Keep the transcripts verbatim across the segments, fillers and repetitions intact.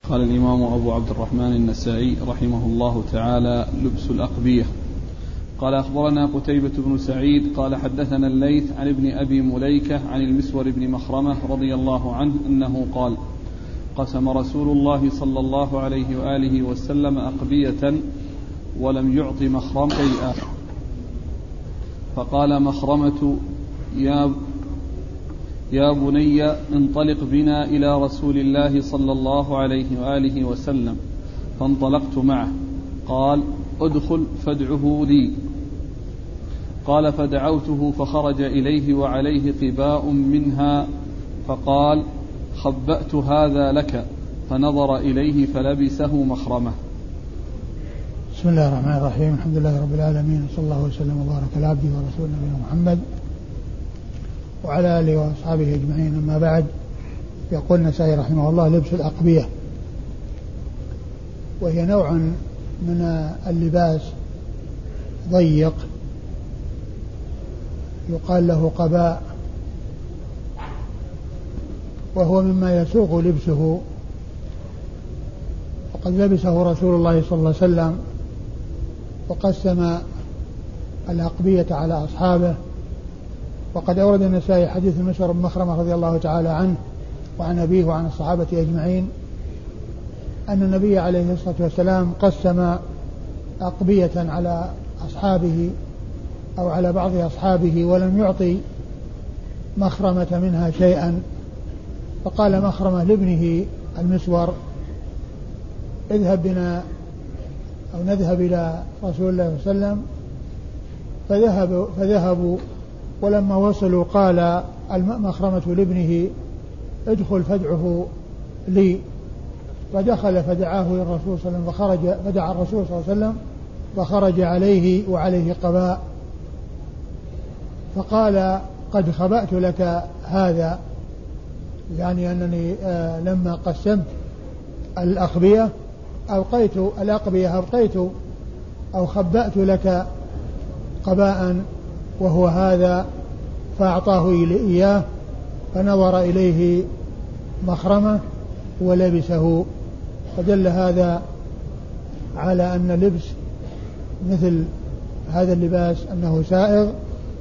قال الإمام أبو عبد الرحمن النسائي رحمه الله تعالى: لبس الأقبية. قال أخبرنا قتيبة بن سعيد قال حدثنا الليث عن ابن أبي مليكة عن المسور بن مخرمة رضي الله عنه أنه قال: قسم رسول الله صلى الله عليه وآله وسلم أقبية ولم يعط مخرم شيئا، فقال مخرمة: يا يا بني انطلق بنا إلى رسول الله صلى الله عليه وآله وسلم، فانطلقت معه. قال: ادخل فادعه لي. قال: فدعوته فخرج إليه وعليه قباء منها، فقال: خبأت هذا لك، فنظر إليه فلبسه مخرمة. بسم الله الرحمن الرحيم. الحمد لله رب العالمين، صلى الله وسلم وبارك على عبده ورسوله نبينا محمد وعلى آله وأصحابه أجمعين. أما بعد، يقول النسائي رحمه الله: لبس الأقبية، وهي نوع من اللباس ضيق يقال له قباء، وهو مما يسوغ لبسه، وقد لبسه رسول الله صلى الله عليه وسلم وقسم الأقبية على أصحابه. وقد أورد النسائي حديث المسور بن مخرمة رضي الله تعالى عنه وعن أبيه وعن الصحابة أجمعين أن النبي عليه الصلاة والسلام قسم أقبية على أصحابه أو على بعض أصحابه ولم يعطي مخرمة منها شيئا، فقال مخرمة لابنه المسور: اذهب بنا أو نذهب إلى رسول الله صلى الله عليه وسلم. فذهبوا, فذهبوا ولما وصلوا قال مخرمة لابنه: ادخل فادعه لي. فدخل فدعاه إلى الرسول صلى الله عليه وسلم، فخرج فدعا الرسول صلى الله عليه وسلم فخرج عليه وعليه قباء، فقال: قد خبأت لك هذا، يعني أنني آه لما قسمت الأقبية أبقيت الأقبية أبقيت أو خبأت لك قباء وهو هذا، فأعطاه إياه، فنظر إليه مخرمة ولبسه. فدل هذا على أن لبس مثل هذا اللباس أنه سائغ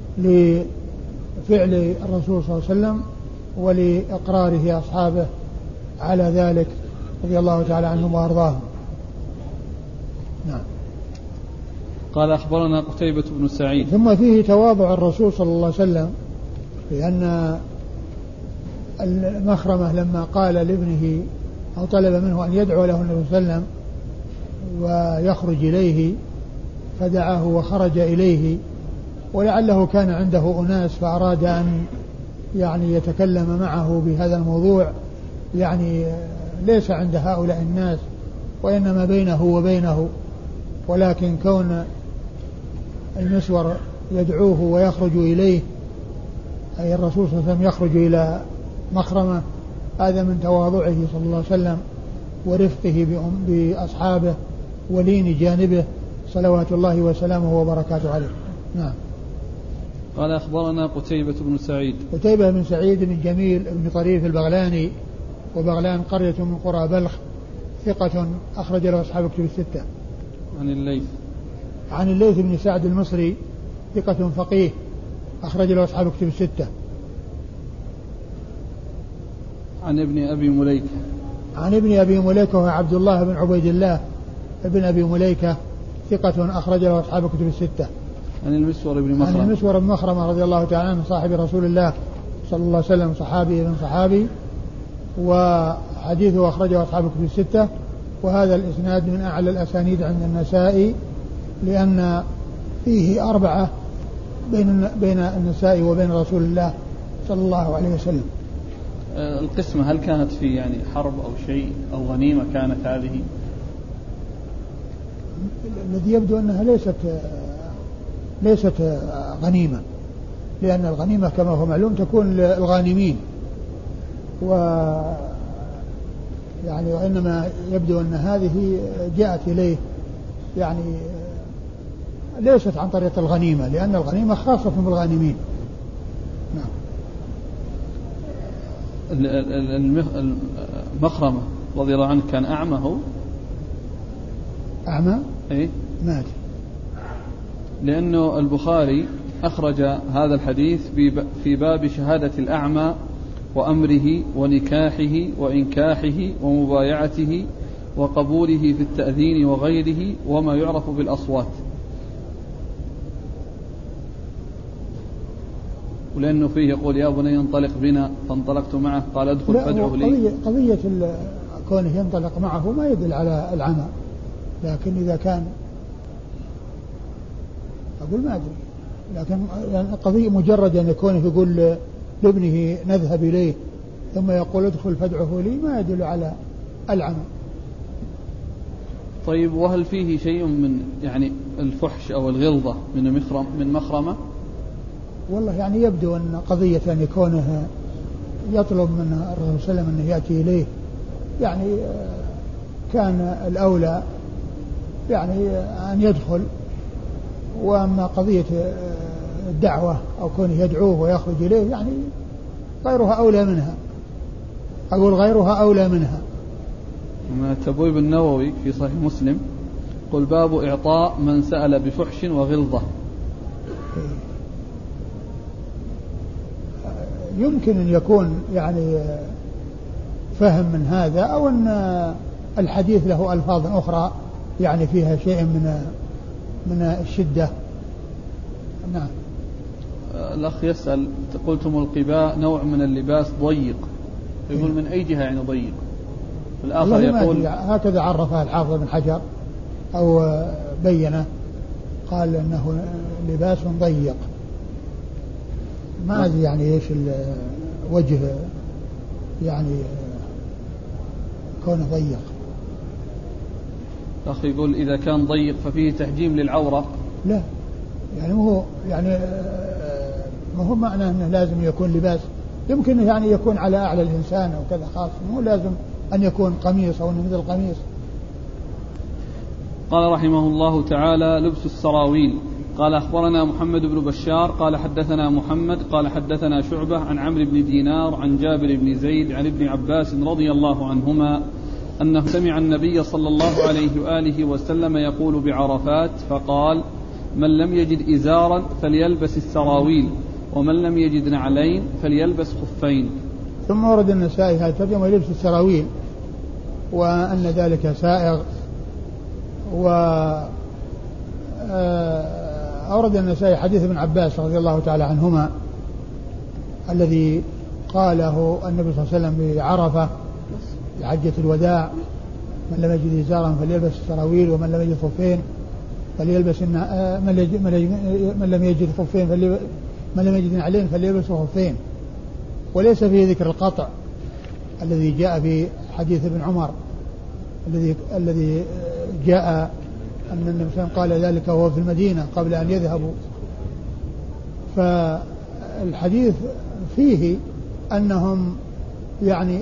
لفعل الرسول صلى الله عليه وسلم ولإقراره أصحابه على ذلك رضي الله تعالى عنهم وأرضاهم. نعم. قال: أخبرنا قتيبة بن سعيد. ثم فيه تواضع الرسول صلى الله عليه وسلم، لأن المخرمة لما قال لابنه أو طلب منه أن يدعو له النبي صلى الله عليه وسلم ويخرج إليه، فدعاه وخرج إليه، ولعله كان عنده أناس فأراد أن يعني يتكلم معه بهذا الموضوع، يعني ليس عند هؤلاء الناس وإنما بينه وبينه، ولكن كون المسور يدعوه ويخرج إليه، أي الرسول صلى الله عليه وسلم يخرج إلى مخرمة، هذا من تواضعه صلى الله عليه وسلم ورفقه بأصحابه ولين جانبه صلوات الله وسلامه وبركاته عليه. نعم. قال: أخبرنا قتيبة بن سعيد. قتيبة بن سعيد بن جميل بن طريف البغلاني، وبغلان قرية من قرى بلخ، ثقة أخرج له أصحاب كتب الستة. عن الليث. عن الليث بن سعد المصري، ثقة فقيه أخرج له أصحاب كتب الستة. عن ابن أبي مليكة. عن ابن أبي مليكة وهو عبد الله بن عبيد الله ابن أبي مليكة، ثقة أخرج له أصحاب كتب الستة. عن المسور بن مخرمة. عن المسور بن مخرمة رضي الله تعالى عنه، صاحب رسول الله صلى الله عليه وسلم، صحابي ابن صحابي، وحديثه أخرجه أصحاب الكتب الستة. وهذا الإسناد من أعلى الأسانيد عند النسائي، لأن فيه أربعة بين بين النسائي وبين رسول الله صلى الله عليه وسلم. القسمة هل كانت في يعني حرب أو شيء أو غنيمة كانت هذه؟ الذي يبدو أنها ليست ليست غنيمة، لأن الغنيمة كما هو معلوم تكون للغانمين، و يعني وإنما يبدو أن هذه جاءت إليه يعني ليست عن طريق الغنيمة، لأن الغنيمة خاصة بالغانمين. نعم. المخرمة رضي الله عنه كان أعمى هو؟ أعمى؟ إيه؟ مات. لأنه البخاري أخرج هذا الحديث في باب شهادة الأعمى وأمره ونكاحه وإنكاحه ومبايعته وقبوله في التأذين وغيره وما يعرف بالأصوات. ولأنه فيه يقول يا بني انطلق بنا فانطلقت معه قال ادخل فادعه لي. قضية, قضية كونه ينطلق معه ما يدل على العمى، لكن إذا كان أقول ما أدري، لكن قضية مجرد أن يكون يقول لابنه نذهب إليه ثم يقول ادخل فادعه لي ما يدل على العمى. طيب وهل فيه شيء من يعني الفحش أو الغلظة من مخرم من مخرمة؟ والله يعني يبدو أن قضية أن يكونه يطلب من الرسول صلى الله عليه وسلم أنه يأتي إليه يعني كان الأولى يعني أن يدخل، وأما قضية الدعوة أو كونه يدعوه ويخرج إليه يعني غيرها أولى منها، أقول غيرها أولى منها. ما تبويب النووي في صحيح مسلم قل باب إعطاء من سأل بفحش وغلظة. يمكن أن يكون يعني فهم من هذا، أو أن الحديث له ألفاظ أخرى يعني فيها شيء من من الشدة. نعم. الأخ يسأل قلتم القباء نوع من اللباس ضيق، يقول من أي جهة يعني ضيق؟ الآخر يقول هكذا عرفها الحافظ بن حجر أو بينه قال أنه لباس ضيق، ما أدري يعني إيش الوجه يعني كونه ضيق. الأخ يقول إذا كان ضيق ففيه تحجيم للعورة. لا يعني هو يعني ما هو معنى أنه لازم يكون لباس، يمكن يعني يكون على أعلى الإنسان أو كذا خاص، مو لازم أن يكون قميص أو مثل القميص. قال رحمه الله تعالى لبس السراويل. قال أخبرنا محمد بن بشار قال حدثنا محمد قال حدثنا شعبة عن عمرو بن دينار عن جابر بن زيد عن ابن عباس رضي الله عنهما أنه سمع النبي صلى الله عليه وآله وسلم يقول بعرفات فقال من لم يجد إزارا فليلبس السراويل ومن لم يجد نعلين فليلبس خفين. ثم ورد النسائي هذا ترجمة لبس السراويل وأن ذلك سائغ، وأورد النسائي حديث ابن عباس رضي الله تعالى عنهما الذي قاله النبي صلى الله عليه وسلم بعرفة بحجة الوداع من لم يجد إزارا فليلبس السراويل ومن لم يجد خفين فليلبس من لم يجد خفين من لم يجد نعلين فليلبس خفين. وليس فيه ذكر القطع الذي جاء في حديث ابن عمر الذي الذي جاء أن النبي صلى الله عليه وسلم قال ذلك وهو في المدينة قبل أن يذهبوا. فالحديث فيه أنهم يعني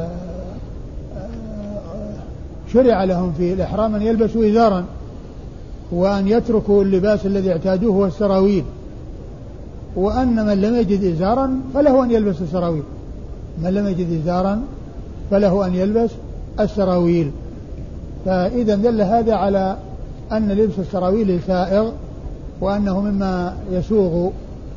شرع لهم في الإحرام أن يلبسوا إزارا وأن يتركوا اللباس الذي اعتادوه هو السراويل، وأن من لم يجد إزارا فله أن يلبس السراويل، من لم يجد إزارا فله أن يلبس السراويل. فإذا دل هذا على أن لبس السراويل سائغ وأنه مما يسوغ.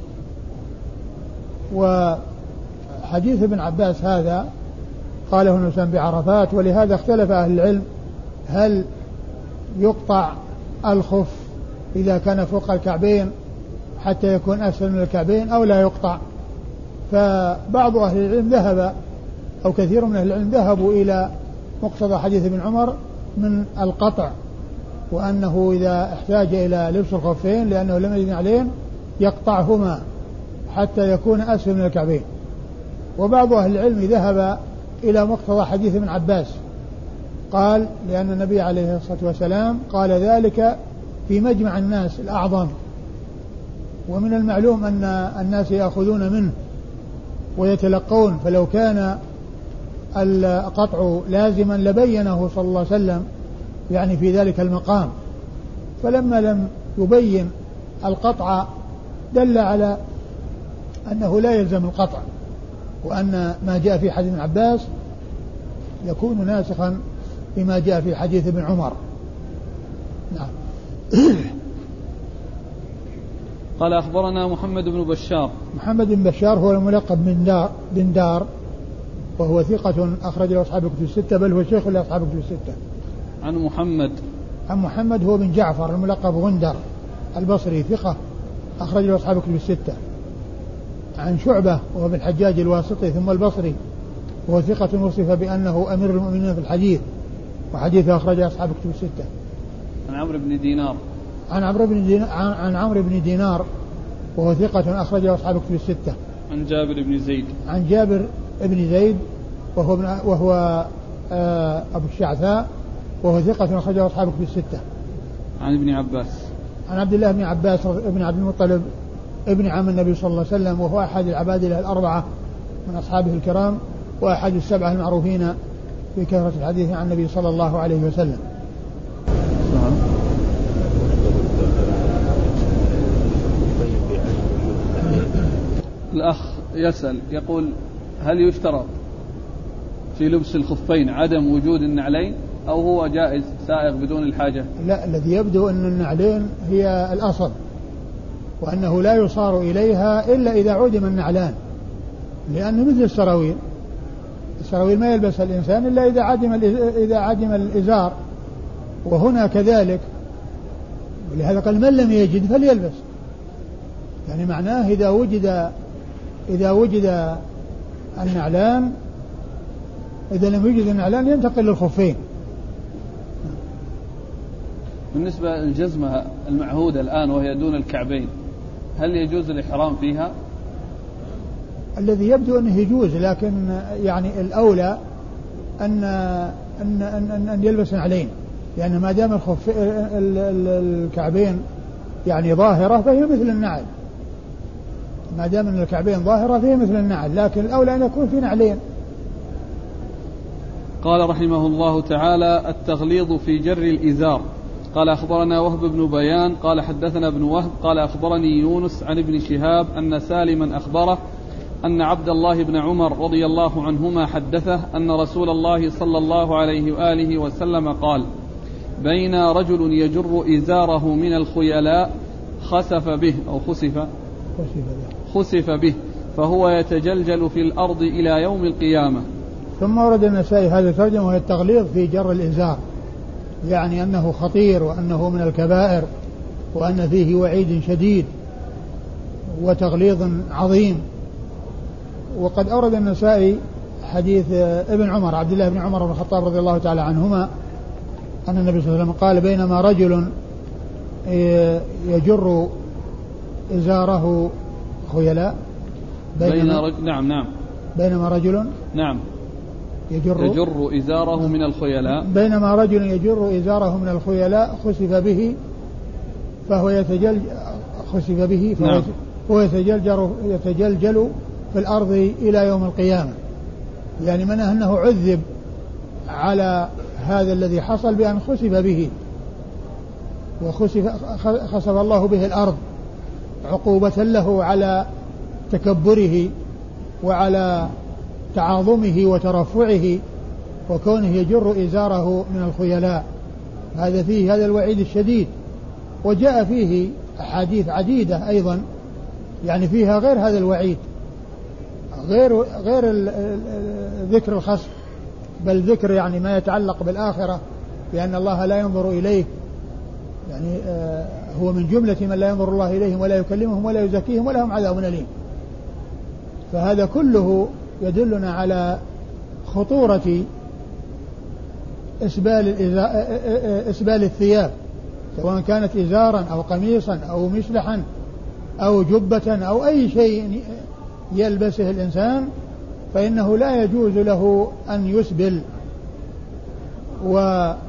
وحديث ابن عباس هذا قاله النبي بعرفات، ولهذا اختلف أهل العلم هل يقطع الخف إذا كان فوق الكعبين حتى يكون أسفل من الكعبين أو لا يقطع. فبعض أهل العلم ذهب أو كثير من أهل العلم ذهبوا إلى مقتضى حديث ابن عمر من القطع، وأنه إذا احتاج إلى لبس الخفين لأنه لم يجد عليهم يقطعهما حتى يكون أسفل من الكعبين. وبعض أهل العلم ذهب إلى مقتضى حديث ابن عباس، قال لأن النبي عليه الصلاة والسلام قال ذلك في مجمع الناس الأعظم، ومن المعلوم أن الناس يأخذون منه ويتلقون، فلو كان القطع لازما لبينه صلى الله عليه وسلم يعني في ذلك المقام، فلما لم يبين القطع دل على أنه لا يلزم القطع، وأن ما جاء في حديث ابن عباس يكون ناسخا فيما جاء في حديث ابن عمر. نعم. قال أخبرنا محمد بن بشار. محمد بن بشار هو الملقب من دار بن دار، وهو ثقة أخرج له أصحاب الكتب الستة، بل هو شيخ لأصحاب الكتب الستة. عن محمد عن محمد هو بن جعفر الملقب غندر البصري، ثقة أخرج له أصحاب الكتب الستة. عن شعبة وهو بن الحجاج الواسطي ثم البصري، وهو ثقة وصف بأنه أمير المؤمنين في الحديث، وحديثه أخرج أصحاب الكتب الستة. عن عمرو بن دينار. عن عمرو بن دينار عن عمرو بن دينار وهو ثقة أخرج له أصحاب الكتب الستة. عن جابر بن زيد. عن جابر بن زيد وهو وهو آه أبو الشعثاء، وهو ثقة أخرج له أصحاب الكتب الستة. عن ابن عباس. عن عبد الله بن عباس بن عبد المطلب ابن عم النبي صلى الله عليه وسلم، وهو أحد العبادلة الأربعة من أصحابه الكرام، وأحد السبعة المعروفين بكثرة الحديث عن النبي صلى الله عليه وسلم. الأخ يسأل يقول: هل يشترط في لبس الخفين عدم وجود النعلين أو هو جائز سائغ بدون الحاجة؟ لا، الذي يبدو أن النعلين هي الأصل، وأنه لا يصار إليها إلا إذا عدم النعلان، لأنه مثل السراويل، السراويل ما يلبس الإنسان إلا إذا عدم إذا عدم الإزار، وهنا كذلك، ولهذا قال من لم يجد فليلبس، يعني معناه إذا وجد إذا وجد النعلان إذا لم يوجد النعلان ينتقل للخفين. بالنسبة للجزمة المعهودة الآن وهي دون الكعبين، هل يجوز الإحرام فيها؟ الذي يبدو أنه يجوز، لكن يعني الأولى أن أن أن, أن يلبس نعلين، لأن يعني ما دام الخف الكعبين يعني ظاهرة فهي مثل النعل، ما دام أن الكعبين ظاهرة فهي مثل النعل، لكن الأولى أن يكون في نعلين. قال رحمه الله تعالى: التغليظ في جر الإزار. قال أخبرنا وهب بن بيان قال حدثنا ابن وهب قال أخبرني يونس عن ابن شهاب أن سالما أخبره أن عبد الله بن عمر رضي الله عنهما حدثه أن رسول الله صلى الله عليه وآله وسلم قال: بين رجل يجر إزاره من الخيلاء خسف به أو خسف خسف به فهو يتجلجل في الأرض إلى يوم القيامة. ثم ورد النسائي هذا الترجمة وهي التغليظ في جر الإزار، يعني أنه خطير وأنه من الكبائر وأن فيه وعيد شديد وتغليظ عظيم. وقد أورد النسائي حديث ابن عمر عبد الله بن عمر بن الخطاب رضي الله تعالى عنهما أن النبي صلى الله عليه وسلم قال: بينما رجل يجر إزاره خيلاء بين رج... نعم نعم بينما رجل نعم يجر, يجر إزاره من الخيلاء بينما رجل يجر إزاره من الخيلاء خسف به فهو يتجل خسف به فهو نعم. يتجلجل, يتجلجل في الأرض إلى يوم القيامة، يعني منه أنه عذب على هذا الذي حصل بأن خسف به، وخسف خسف الله به الأرض عقوبة له على تكبره وعلى تعاظمه وترفعه وكونه يجر إزاره من الخيلاء. هذا فيه هذا الوعيد الشديد، وجاء فيه أحاديث عديدة أيضا يعني فيها غير هذا الوعيد، غير غير ذكر الخسف، بل ذكر يعني ما يتعلق بالآخرة، لأن الله لا ينظر إليه، يعني هو من جملة من لا ينظر الله إليهم ولا يكلمهم ولا يزكيهم ولهم عذاب أليم. فهذا كله يدلنا على خطورة إسبال, إسبال الثياب، سواء كانت إزارا أو قميصا أو مشلحا أو جبة أو أي شيء يلبسه الإنسان، فإنه لا يجوز له أن يسبل. و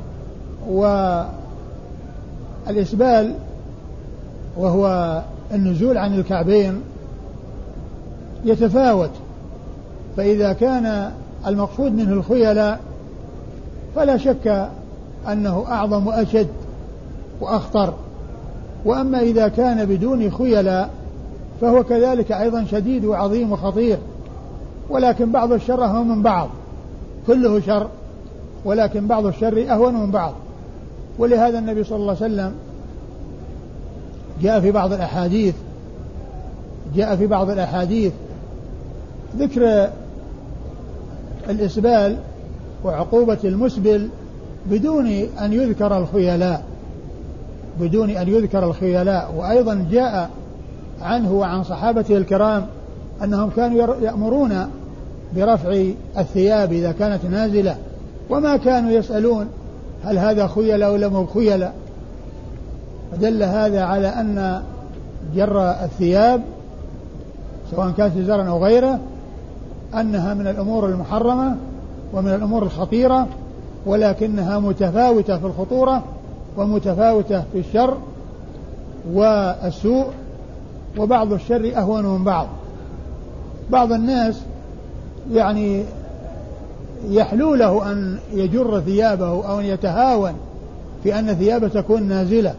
والإسبال وهو النزول عن الكعبين يتفاوت، فإذا كان المقصود منه الخيلاء فلا شك أنه أعظم وأشد وأخطر، وأما إذا كان بدون خيلاء فهو كذلك أيضا شديد وعظيم وخطير، ولكن بعض الشر هو من بعض، كله شر ولكن بعض الشر أهون من بعض. ولهذا النبي صلى الله عليه وسلم جاء في بعض الأحاديث جاء في بعض الأحاديث ذكر الإسبال وعقوبة المسبل بدون أن يذكر الخيلاء بدون أن يذكر الخيلاء. وأيضا جاء عنه وعن صحابته الكرام أنهم كانوا يأمرون برفع الثياب إذا كانت نازلة، وما كانوا يسألون هل هذا خيلاء ولا مو خيلاء. فدل هذا على أن جر الثياب سواء كانت إزارا أو غيره أنها من الأمور المحرمة ومن الأمور الخطيرة، ولكنها متفاوتة في الخطورة ومتفاوتة في الشر والسوء، وبعض الشر أهون من بعض. بعض الناس يعني يحلو له أن يجر ثيابه أو أن يتهاون في أن ثيابه تكون نازلة،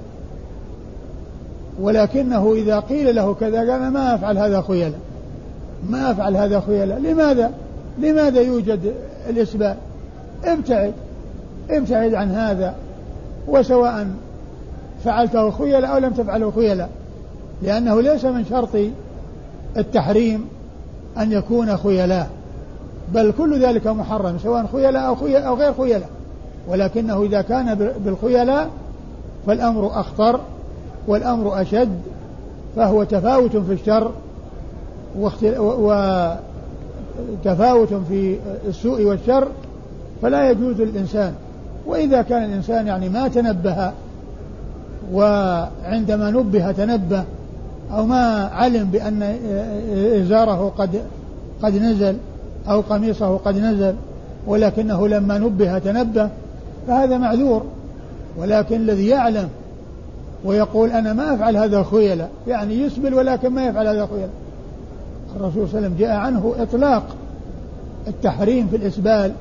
ولكنه إذا قيل له كذا قال ما أفعل هذا خيلا ما أفعل هذا خيلا. لماذا لماذا يوجد الإسبال؟ ابتعد ابتعد عن هذا، وسواء فعلته خيلا أو لم تفعله خيلا، لأنه ليس من شرط التحريم أن يكون خيلا، بل كل ذلك محرم سواء خيلا أو, خيلا أو غير خيلا، ولكنه إذا كان بالخيلاء فالأمر أخطر والأمر أشد، فهو تفاوت في الشر وتفاوت في السوء والشر، فلا يجوز للإنسان. وإذا كان الإنسان يعني ما تنبه، وعندما نبه تنبه، أو ما علم بأن إزاره قد قد نزل أو قميصه قد نزل، ولكنه لما نبه تنبه، فهذا معذور. ولكن الذي يعلم ويقول أنا ما أفعل هذا خيلا، يعني يسبل ولكن ما يفعل هذا خيلا، الرسول صلى الله عليه وسلم جاء عنه إطلاق التحريم في الإسبال،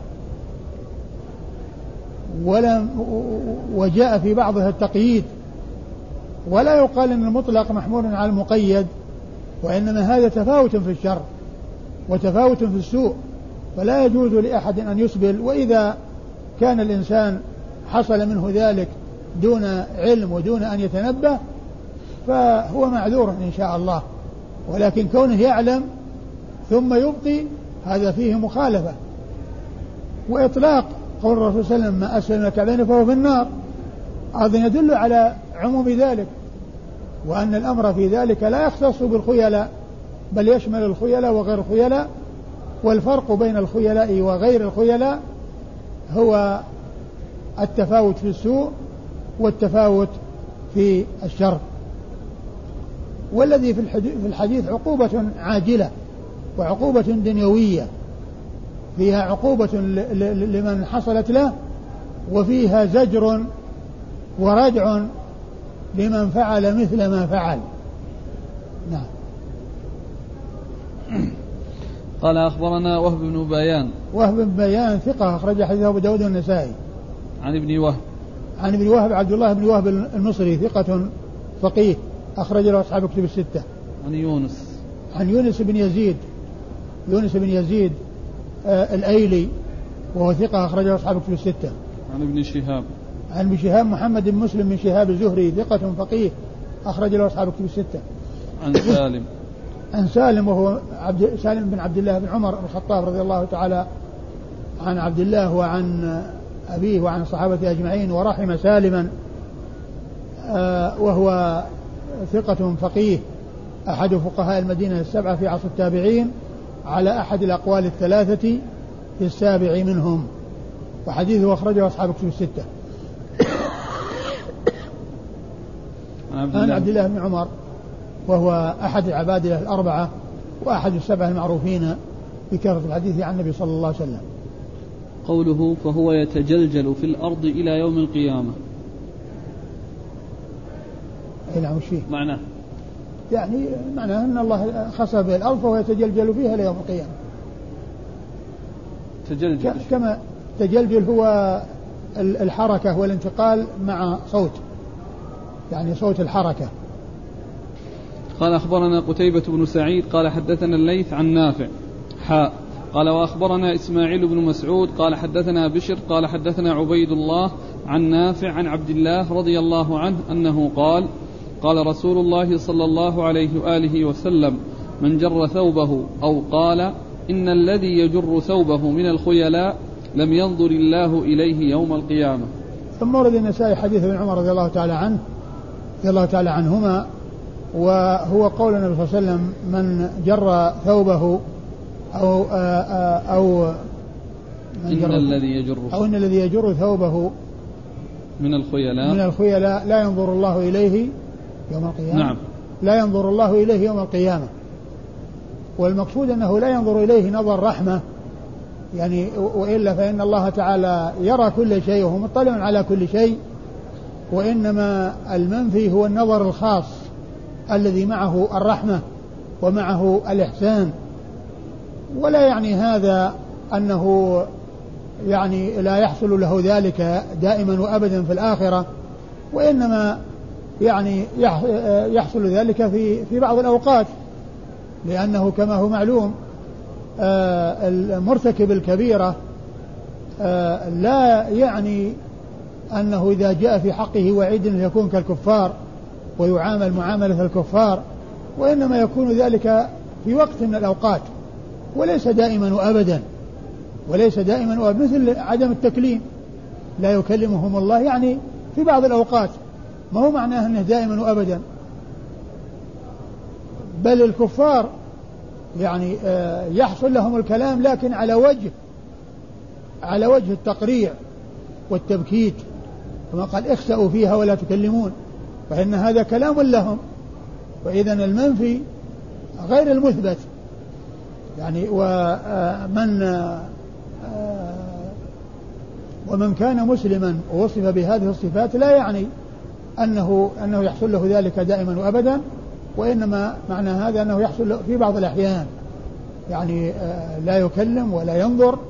ولم وجاء في بعضها التقييد، ولا يقال أن المطلق محمول على المقيد، وإنما هذا تفاوت في الشر وتفاوت في السوء، فلا يجوز لأحد أن يسبل. وإذا كان الإنسان حصل منه ذلك دون علم ودون أن يتنبه فهو معذور إن شاء الله، ولكن كونه يعلم ثم يبقي هذا فيه مخالفة. وإطلاق قول الرسول صلى الله عليه وسلم ما أسفل من الكعبين فهو في النار أيضا يدل على عموم ذلك، وأن الأمر في ذلك لا يختص بالخيلاء بل يشمل الخيلاء وغير الخيلاء. والفرق بين الخيلاء وغير الخيلاء هو التفاوت في السوء والتفاوت في الشر. والذي في الحديث عقوبة عاجلة وعقوبة دنيوية، فيها عقوبة لمن حصلت له، وفيها زجر وردع لمن فعل مثل ما فعل. نعم. قال أخبرنا وهب بن بيان. وهب بن بيان ثقة أخرج حديثه أبو داود والنسائي. عن ابن وهب. عن ابن وهب عبد الله بن وهب المصري ثقة فقيه أخرج له أصحاب كتب الستة. عن يونس. عن يونس بن يزيد يونس بن يزيد آه الأيلي وهو ثقة أخرج له أصحاب كتب الستة. عن ابن شهاب. عن ابن شهاب محمد بن مسلم بن شهاب الزهري ثقة فقيه أخرج له أصحاب كتب الستة. عن سالم. عن سالم وهو عبد سالم بن عبد الله بن عمر بن الخطاب رضي الله تعالى عن عبد الله وعن أبيه وعن الصحابة أجمعين، ورحم سالما آه وهو ثقة فقيه أحد فقهاء المدينة السبعة في عصر التابعين على أحد الأقوال الثلاثة في السابع منهم، وحديثه أخرجه أصحاب كتب الستة. عن عبد الله بن عمر وهو أحد العبادلة الأربعة وأحد السبعة المعروفين بكثرة الحديث عن النبي صلى الله عليه وسلم. قوله فهو يتجلجل في الأرض إلى يوم القيامة، نعم وش فيه؟ معناه يعني معناه أن الله خسف به الأرض فهو يتجلجل فيها ليوم القيامة. تجلجل كما تجلجل هو الحركة والانتقال مع صوت، يعني صوت الحركة. قال أخبرنا قتيبة بن سعيد قال حدثنا الليث عن نافع حاء قال وأخبرنا إسماعيل بن مسعود قال حدثنا بشر قال حدثنا عبيد الله عن نافع عن عبد الله رضي الله عنه أنه قال قال رسول الله صلى الله عليه وآله وسلم من جر ثوبه أو قال إن الذي يجر ثوبه من الخيلاء لم ينظر الله إليه يوم القيامة. ثم ورد النسائي حديث ابن عمر رضي الله تعالى عنه رضي الله تعالى عنهما، وهو قول النبي صلى الله عليه وسلم من جر ثوبه أو أو من إن الذي يجر أو إن الذي يجر ثوبه من الخيلاء من الخيلاء لا ينظر الله إليه يوم القيامة. نعم. لا ينظر الله إليه يوم القيامة، والمقصود أنه لا ينظر إليه نظر رحمة يعني، وإلا فإن الله تعالى يرى كل شيء وهو مطلع على كل شيء، وإنما المنفي هو النظر الخاص الذي معه الرحمة ومعه الإحسان. ولا يعني هذا أنه يعني لا يحصل له ذلك دائما وأبدا في الآخرة، وإنما يعني يحصل ذلك في في بعض الأوقات، لأنه كما هو معلوم المرتكب الكبيرة لا يعني أنه إذا جاء في حقه وعيد يكون كالكفار ويعامل معاملة الكفار، وإنما يكون ذلك في وقت من الأوقات وليس دائما وأبدا، وليس دائما وأبدا، مثل عدم التكليم لا يكلمهم الله يعني في بعض الأوقات، ما هو معناه أنه دائما وأبدا. بل الكفار يعني يحصل لهم الكلام لكن على وجه على وجه التقريع والتبكيت، كما قال اخسأوا فيها ولا تكلمون، فإن هذا كلام لهم. وإذن المنفي غير المثبت يعني. ومن ومن كان مسلما ووصف بهذه الصفات لا يعني أنه أنه يحصل له ذلك دائما وأبدا، وإنما معنى هذا أنه يحصل في بعض الأحيان يعني لا يكلم ولا ينظر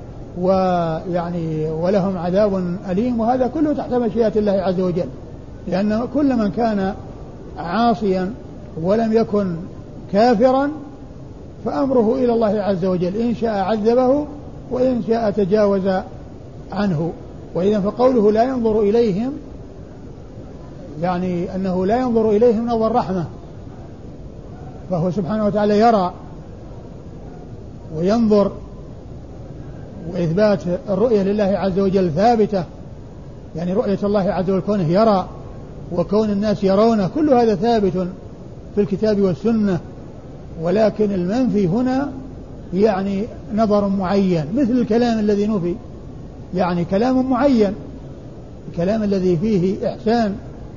ويعني ولهم عذاب أليم، وهذا كله تحت مشيئة الله عز وجل، لأن كل من كان عاصيا ولم يكن كافرا فأمره إلى الله عز وجل، إن شاء عذبه وإن شاء تجاوز عنه. وإذا فقوله لا ينظر إليهم يعني أنه لا ينظر إليهم نظر رحمة، فهو سبحانه وتعالى يرى وينظر، وإثبات الرؤية لله عز وجل ثابتة، يعني رؤية الله عز وجل كونه يرى وكون الناس يرونه كل هذا ثابت في الكتاب والسنة. ولكن المنفي هنا يعني نظر معين، مثل الكلام الذي نفي يعني كلام معين، الكلام الذي فيه إحسان،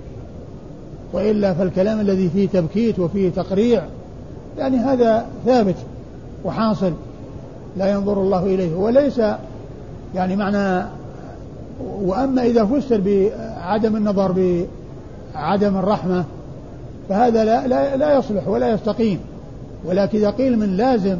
وإلا فالكلام الذي فيه تبكيت وفيه تقريع يعني هذا ثابت وحاصل لا ينظر الله إليه، وليس يعني معنى. وأما إذا فسر بعدم النظر بعدم الرحمة فهذا لا, لا, لا يصلح ولا يستقيم. ولكن إذا قيل من لازم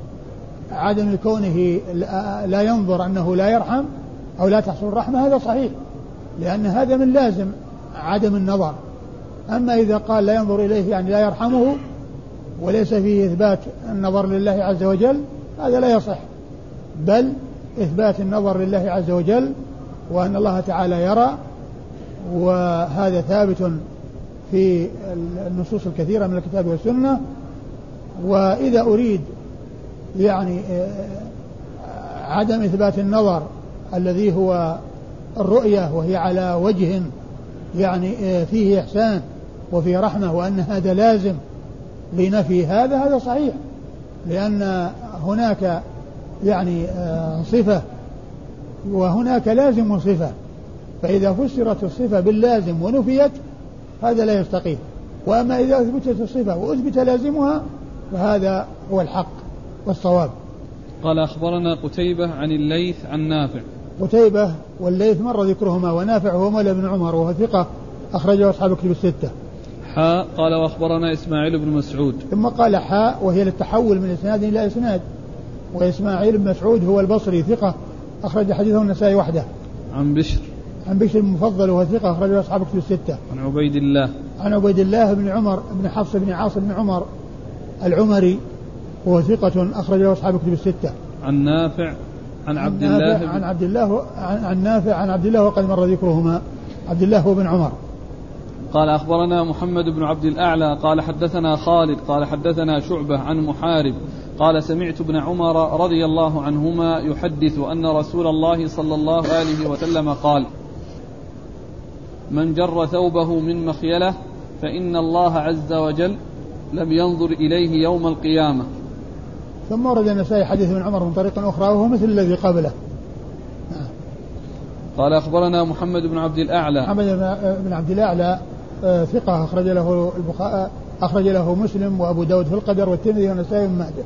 عدم كونه لا ينظر أنه لا يرحم أو لا تحصل الرحمة هذا صحيح، لأن هذا من لازم عدم النظر. أما إذا قال لا ينظر إليه يعني لا يرحمه وليس فيه إثبات النظر لله عز وجل هذا لا يصح، بل إثبات النظر لله عز وجل وأن الله تعالى يرى، وهذا ثابت في النصوص الكثيرة من الكتاب والسنة. وإذا أريد يعني عدم إثبات النظر الذي هو الرؤية وهي على وجه يعني فيه إحسان وفيه رحمة وأن هذا لازم لنفي هذا هذا صحيح، لأن هناك يعني صفة وهناك لازم صفة، فإذا فسرت الصفة باللازم ونفيت هذا لا يستقيم. وأما إذا أثبتت الصفة وأثبت لازمها فهذا هو الحق والصواب. قال أخبرنا قتيبة عن الليث عن نافع. قتيبة والليث مر ذكرهما، ونافع هو مولى بن عمر وهو ثقة أخرجه أصحاب الكتب الستة. حاء قال وأخبرنا إسماعيل بن مسعود. ثم قال حاء وهي للتحول من إسناد إلى إسناد، وإسماعيل بن مسعود هو البصري ثقة أخرج حديثه النسائي وحده. عن بشر عن بشر المفضل وهو ثقة أخرجه أصحاب الكتب الستة. عن عبيد الله عن عبيد الله بن عمر بن حفص بن عاصم بن عمر العمري وهو ثقة أخرجه أصحاب الكتب الستة. عن نافع عن عبد الله عن عبد الله عن نافع عن عبد الله وقد مر ذكرهما عبد الله بن عمر. قال أخبرنا محمد بن عبد الأعلى قال حدثنا خالد قال حدثنا شعبة عن محارب قال سمعت ابن عمر رضي الله عنهما يحدث أن رسول الله صلى الله عليه وسلم قال من جر ثوبه من مخيلة فإن الله عز وجل لم ينظر إليه يوم القيامة. ثم ورد النسائي حديث ابن عمر من طريق أخرى وهو مثل الذي قبله. قال أخبرنا محمد بن عبد الأعلى محمد بن عبد الأعلى ثقة أخرج له البخاري أخرج له مسلم وأبو داود في القدر والترمذي والنسائي بن ماجه.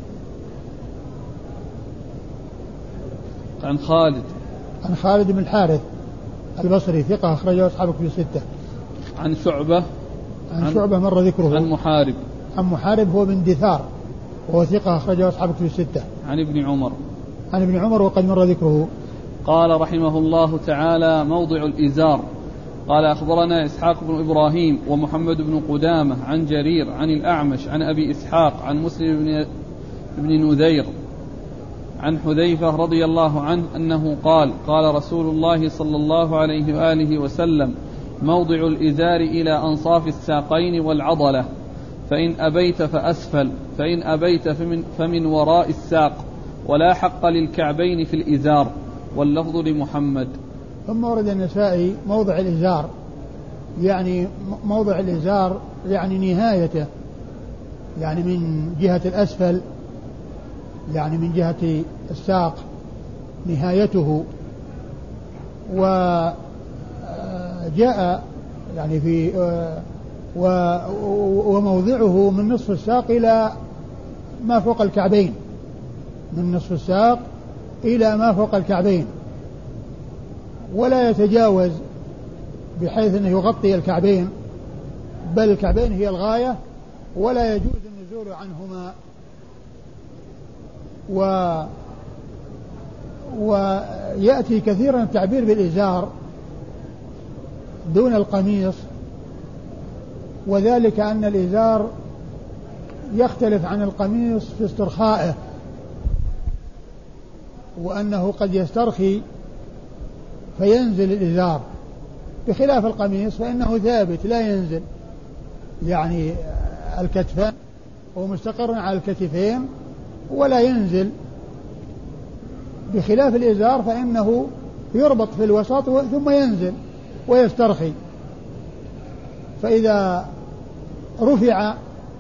عن خالد عن خالد بن الحارث البصري ثقة أخرجه أصحاب في ستة. عن شعبة عن, عن شعبة مر ذكره. عن محارب عن محارب هو بن دثار وهو ثقة أخرجه أصحاب في ستة. عن ابن عمر عن ابن عمر وقد مر ذكره. قال رحمه الله تعالى موضع الإزار. قال أخبرنا إسحاق بن إبراهيم ومحمد بن قدامة عن جرير عن الأعمش عن أبي إسحاق عن مسلم بن, بن نذير عن حذيفة رضي الله عنه أنه قال قال رسول الله صلى الله عليه وآله وسلم موضع الإزار إلى أنصاف الساقين والعضلة فإن أبيت فأسفل فإن أبيت فمن, فمن وراء الساق ولا حق للكعبين في الإزار واللفظ لمحمد. ثم ورد النسائي موضع الإزار يعني موضع الإزار يعني نهايته يعني من جهة الأسفل يعني من جهة الساق نهايته. وجاء يعني في وموضعه من نصف الساق إلى ما فوق الكعبين من نصف الساق إلى ما فوق الكعبين ولا يتجاوز بحيث أنه يغطي الكعبين بل الكعبين هي الغاية ولا يجوز النزول عنهما. و ويأتي كثيرا التعبير بالإزار دون القميص وذلك أن الإزار يختلف عن القميص في استرخائه وأنه قد يسترخي فينزل الإزار بخلاف القميص فإنه ثابت لا ينزل يعني الكتفان هو مستقر على الكتفين ولا ينزل بخلاف الإزار فإنه يربط في الوسط ثم ينزل ويسترخي. فإذا رفع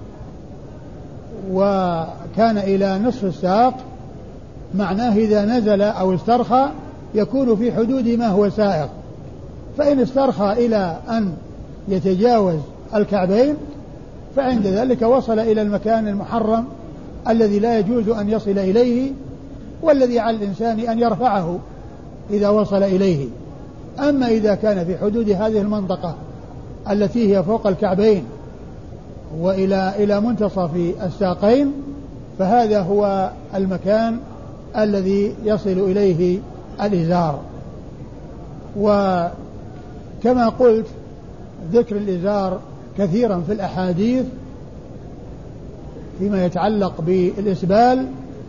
وكان إلى نصف الساق معناه إذا نزل أو استرخى يكون في حدود ما هو سائغ. فإن استرخى إلى أن يتجاوز الكعبين فعند ذلك وصل إلى المكان المحرم الذي لا يجوز أن يصل إليه والذي على الإنسان أن يرفعه إذا وصل إليه. أما إذا كان في حدود هذه المنطقة التي هي فوق الكعبين وإلى إلى منتصف الساقين فهذا هو المكان الذي يصل إليه الإزار. وكما قلت ذكر الإزار كثيرا في الأحاديث فيما يتعلق بالإسبال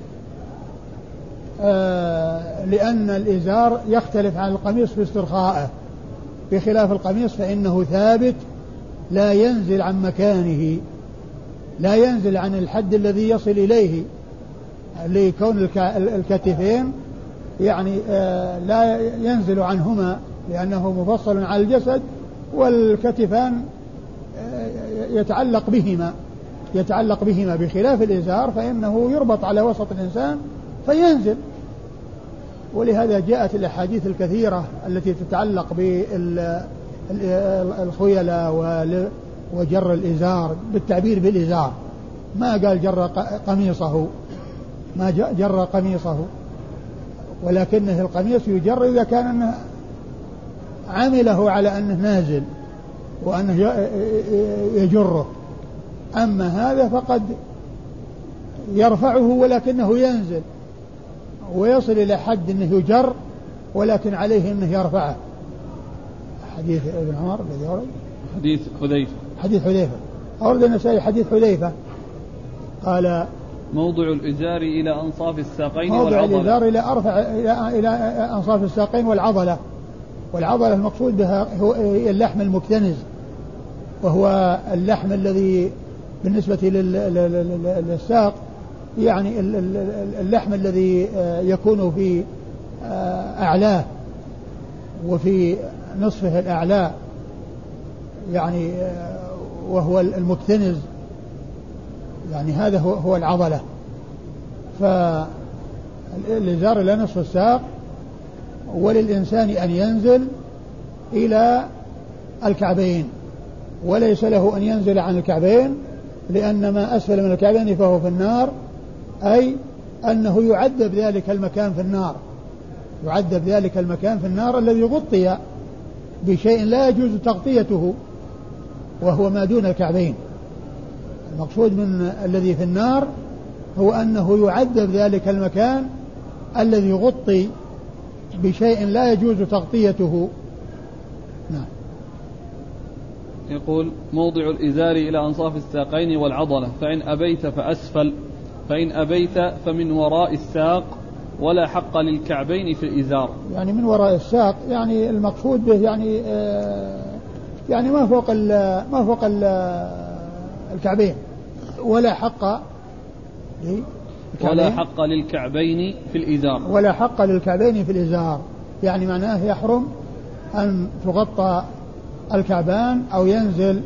آه لأن الإزار يختلف عن القميص في استرخائه بخلاف القميص فإنه ثابت لا ينزل عن مكانه لا ينزل عن الحد الذي يصل إليه لكون الكتفين يعني آه لا ينزل عنهما لأنه مفصل على الجسد والكتفان آه يتعلق بهما يتعلق بهما بخلاف الإزار فإنه يربط على وسط الإنسان فينزل. ولهذا جاءت الأحاديث الكثيرة التي تتعلق بالخيلة وجر الإزار بالتعبير بالإزار ما قال جر قميصه ما جر قميصه ولكنه القميص يجر إذا كان عمله على أنه نازل وأنه يجره. أما هذا فقد يرفعه ولكنه ينزل ويصل إلى حد أنه يجر ولكن عليه أنه يرفعه. حديث ابن عمر الذي ورد حديث حذيفة حديث حذيفة أورد النسائي حديث حذيفة قال موضع الإزار إلى أنصاف الساقين موضع والعضلة. الإزار إلى أرفع إلى إلى أنصاف الساقين والعضلة. والعضلة المقصود بها هو اللحم المكتنز، وهو اللحم الذي بالنسبة للساق يعني اللحم الذي يكون في أعلاه وفي نصفه الأعلى يعني، وهو المكتنز يعني هذا هو هو العضلة. فالإزار إلى نصف الساق، وللإنسان أن ينزل إلى الكعبين، وليس له أن ينزل عن الكعبين، لأن ما أسفل من الكعبين فهو في النار، أي أنه يعذب ذلك المكان في النار، يعذب ذلك المكان في النار الذي غطي بشيء لا يجوز تغطيته وهو ما دون الكعبين. المقصود من الذي في النار هو أنه يعذب ذلك المكان الذي غطي بشيء لا يجوز تغطيته. نعم. يقول موضع الإزار إلى أنصاف الساقين والعضلة، فإن أبيت فأسفل، فإن أبيت فمن وراء الساق، ولا حق للكعبين في الإزار. يعني من وراء الساق يعني المقصود به يعني آه يعني ما فوق ال ما فوق ال الكعبين، ولا حق ولا حق للكعبين في الإزار، ولا حق للكعبين في الإزار، يعني معناه يحرم أن تغطى الكعبان أو ينزل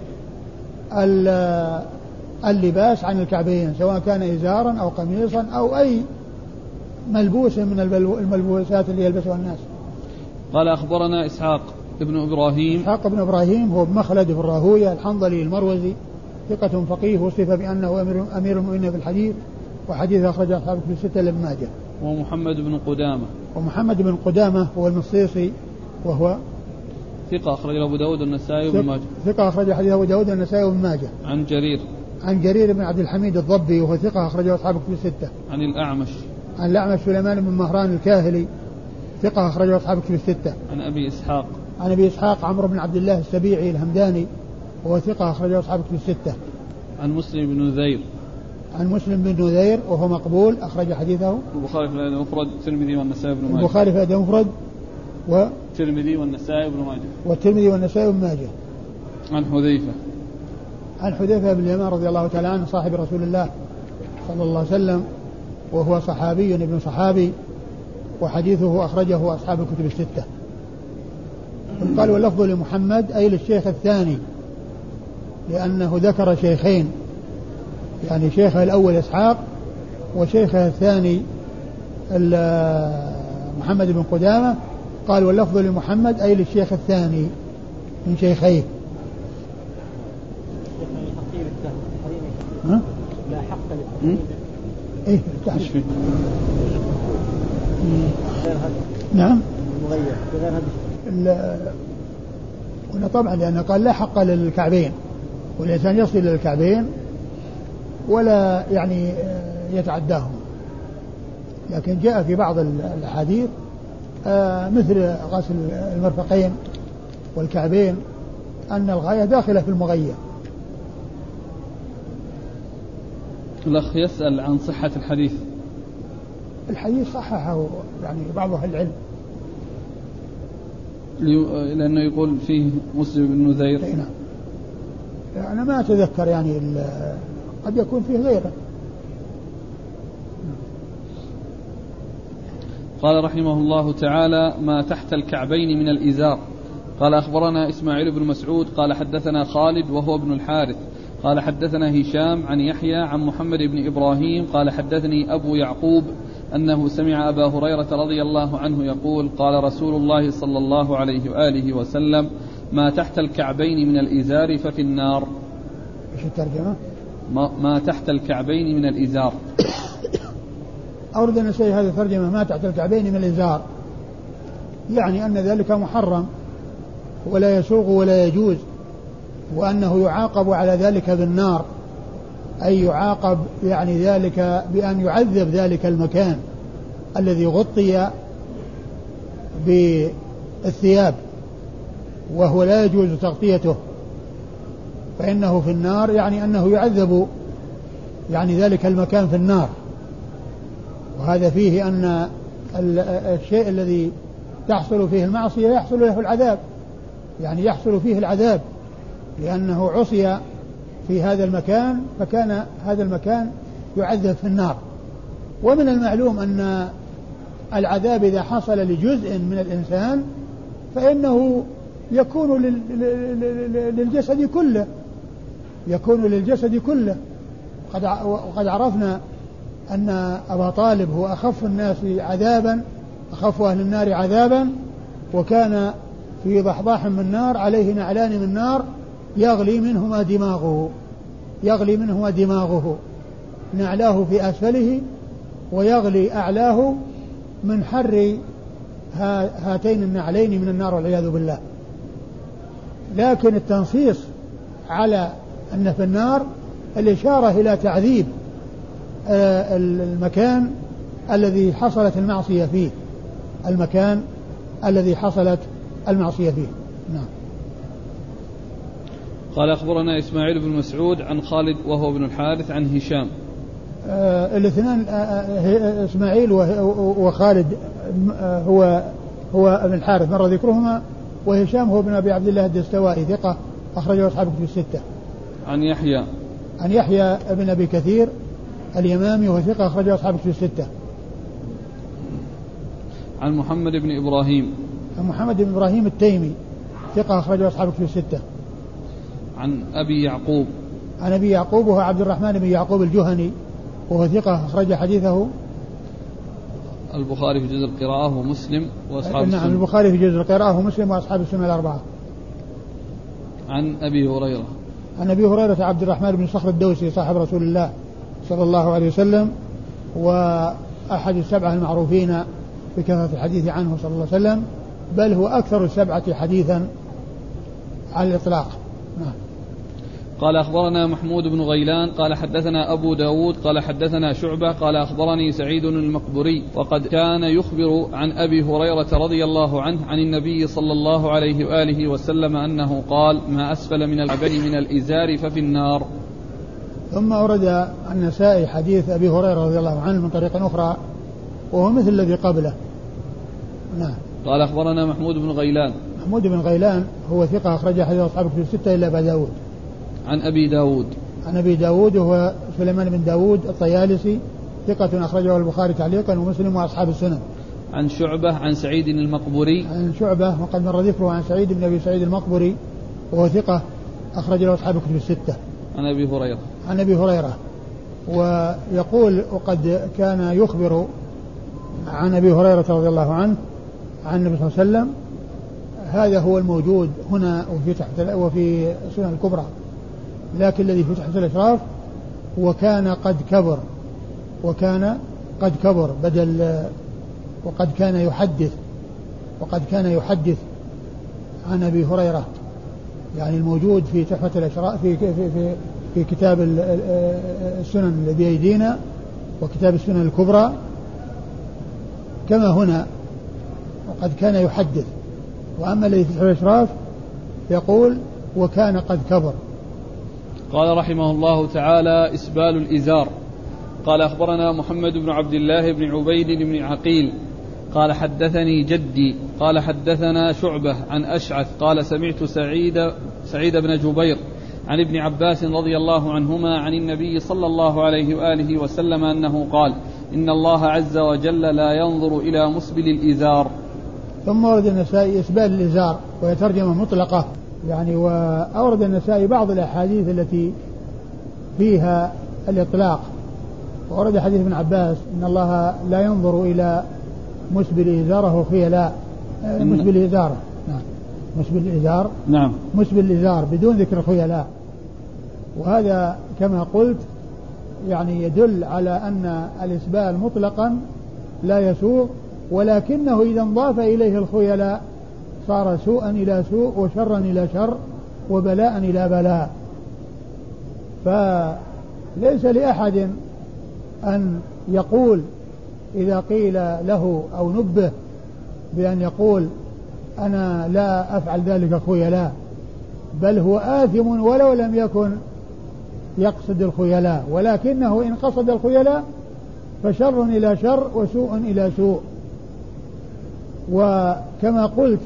اللباس عن الكعبين، سواء كان إزارا أو قميصا أو أي ملبوس من الملبوسات اللي يلبسها الناس. قال أخبرنا إسحاق ابن إبراهيم. إسحاق ابن إبراهيم هو بمخلد في الراهوية الحنظلي المروزي، ثقة فقيه، وصف بأنه أمير المؤمنين في الحديث، وحديث أخرج أصحاب الكتب الستة لابن ماجه. ومحمد بن قدامة. ومحمد بن قدامة هو المصيصي، وهو ثقة أخرج أبو داود والنسائي وابن ماجه. ثقة أخرج حديث أبو داود والنسائي وابن ماجه. عن جرير. عن جرير بن عبد الحميد الضبي، وهو ثقة أخرجه أصحاب الكتب الستة. عن الأعمش. عن الأعمش سليمان بن مهران الكاهلي، ثقة أخرجه أصحاب الكتب الستة. عن أبي إسحاق. عن أبي إسحاق عمرو بن عبد الله السبيعي الهمداني، وهو ثقة أخرجه أصحاب الكتب الستة. عن مسلم بن نذير. عن مسلم بن نذير وهو مقبول، أخرج حديثه البخاري في الأدب المفرد والترمذي والنسائي وابن ماجه. البخاري في الأدب المفرد والترمذي والنسائي وابن ماجه. والترمذي والنسائي وابن ماجه. عن حذيفة. عن حذيفة بن اليمان رضي الله تعالى عنه، صاحب رسول الله صلى الله عليه وسلم، وهو صحابي ابن صحابي، وحديثه أخرجه أصحاب الكتب الستة. قال واللفظ لمحمد أي للشيخ الثاني، لأنه ذكر شيخين، يعني شيخه الأول إسحاق وشيخه الثاني محمد بن قدامة. قال واللفظ لمحمد أي للشيخ الثاني من شيخيه. ها؟ لا حق للتحريم. ايه التحريم. نعم. المغير بغير هذا. ولا طبعا، لأنه قال لا حق للكعبين، والإنسان يصل إلى الكعبين ولا يعني يتعداهم. لكن جاء في بعض الأحاديث مثل غسل المرفقين والكعبين أن الغاية داخلة في المغير. الأخ يسأل عن صحة الحديث. الحديث صححه يعني بعض أهل العلم، لأنه يقول فيه مسلم بن نذير. نعم. أنا ما أتذكر يعني، قد يكون فيه غيره. قال رحمه الله تعالى ما تحت الكعبين من الإزار. قال أخبرنا إسماعيل بن مسعود قال حدثنا خالد وهو ابن الحارث قال حدثنا هشام عن يحيى عن محمد بن إبراهيم قال حدثني أبو يعقوب أنه سمع أبا هريرة رضي الله عنه يقول قال رسول الله صلى الله عليه وآله وسلم ما تحت الكعبين من الإزار ففي النار. إيش الترجمة؟ ما, ما تحت الكعبين من الإزار. أورد النسائي هذه الترجمة ما تحت الكعبين من الإزار، يعني أن ذلك محرم ولا يسوغ ولا يجوز، وأنه يعاقب على ذلك بالنار، أي يعاقب يعني ذلك بأن يعذب ذلك المكان الذي غطي بالثياب وهو لا يجوز تغطيته، فإنه في النار، يعني أنه يعذب يعني ذلك المكان في النار. وهذا فيه أن الشيء الذي تحصل فيه المعصية يحصل له العذاب، يعني يحصل فيه العذاب لأنه عصي في هذا المكان، فكان هذا المكان يعذب في النار. ومن المعلوم أن العذاب إذا حصل لجزء من الإنسان فإنه يكون للجسد كله، يكون للجسد كله. وقد عرفنا أن أبا طالب هو أخف الناس عذابا، أخف أهل النار عذابا، وكان في ضحضاح من نار عليه نعلان من نار يغلي منهما دماغه، يغلي منهما دماغه، نعلاه في أسفله ويغلي أعلاه من حر هاتين النعلين من النار والعياذ بالله. لكن التنصيص على أن في النار الإشارة إلى تعذيب المكان الذي حصلت المعصية فيه، المكان الذي حصلت المعصية فيه. نعم. قال أخبرنا إسماعيل بن مسعود عن خالد وهو ابن الحارث عن هشام. آه الاثنان آه إسماعيل وخالد آه هو هو ابن الحارث مر ذكرهما، وهشام هو ابن أبي عبد الله الدستوائي ثقة أخرجه أصحاب الكتب الستة. عن يحيى عن يحيى ابن أبي كثير اليمامي وثقة أخرجه أصحاب الكتب الستة. عن محمد بن إبراهيم عن محمد بن إبراهيم التيمي ثقة أخرجه أصحاب الكتب الستة. عن أبي يعقوب عن أبي يعقوب وهو عبد الرحمن بن يعقوب الجهني وهو ثقة أخرج حديثه البخاري في جزء القراءة ومسلم وأصحاب السنة. نعم البخاري في جزء القراءة ومسلم وأصحاب السنة الأربعة. عن أبي هريرة عن أبي هريرة عبد الرحمن بن صخر الدوسي صاحب رسول الله صلى الله عليه وسلم وأحد السبعة المعروفين بكثرة الحديث عنه صلى الله عليه وسلم، بل هو أكثر السبعة حديثا على الإطلاق. نعم. قال أخبرنا محمود بن غيلان قال حدثنا أبو داود قال حدثنا شعبة قال أخبرني سعيد المقبري وقد كان يخبر عن أبي هريرة رضي الله عنه عن النبي صلى الله عليه وآله وسلم أنه قال ما أسفل من العبد من الإزار ففي النار. ثم أورد النسائي حديث أبي هريرة رضي الله عنه من طريق أخرى وهو مثل الذي قبله. نعم. قال أخبرنا محمود بن غيلان محمود بن غيلان هو ثقة أخرج حديث أصحاب في الستة إلا أبا داود. عن أبي داود عن أبي داود وهو سليمان بن داود الطيالسي ثقة أخرجه البخاري تعليقا ومسلم وأصحاب السنن. عن شعبة عن سعيد المقبري عن شعبة وقد مر ذكره عن سعيد بن أبي سعيد المقبري وهو ثقة أخرج له أصحاب الكتب الستة. عن أبي هريرة عن أبي هريرة ويقول وقد كان يخبر عن أبي هريرة رضي الله عنه عن النبي صلى الله عليه وسلم. هذا هو الموجود هنا وفي تحت وفي السنن الكبرى، لكن الذي في تحت الإشراف وكان قد كبر وكان قد كبر بدل وقد كان يحدث وقد كان يحدث عن أبي هريرة، يعني الموجود في تحت الإشراف في في في, في كتاب السنن اللي بأيدينا وكتاب السنن الكبرى كما هنا وقد كان يحدث. وأما الذي في تحت الإشراف يقول وكان قد كبر. قال رحمه الله تعالى إسبال الإزار. قال أخبرنا محمد بن عبد الله بن عبيد بن عقيل قال حدثني جدي قال حدثنا شعبة عن أشعث قال سمعت سعيد سعيد بن جبير عن ابن عباس رضي الله عنهما عن النبي صلى الله عليه وآله وسلم أنه قال إن الله عز وجل لا ينظر إلى مسبل الإزار. ثم ورد النسائي إسبال الإزار وهي ترجمة مطلقة يعني، وأورد النسائي بعض الأحاديث التي فيها الإطلاق. وورد حديث ابن عباس إن الله لا ينظر إلى مسبل إزاره خيلاء مسبل إزاره نعم مسبل الإزار نعم مسبل الإزار بدون ذكر الخيلاء. وهذا كما قلت يعني يدل على أن الإسبال مطلقا لا يسوء، ولكنه إذا انضاف إليه الخيلاء صار سوءا إلى سوء وشرا إلى شر وبلاء إلى بلاء. فليس لأحد أن يقول إذا قيل له أو نبه بأن يقول أنا لا أفعل ذلك خيلاء، بل هو آثم ولو لم يكن يقصد الخيلاء، ولكنه إن قصد الخيلاء فشر إلى شر وسوء إلى سوء. وكما قلت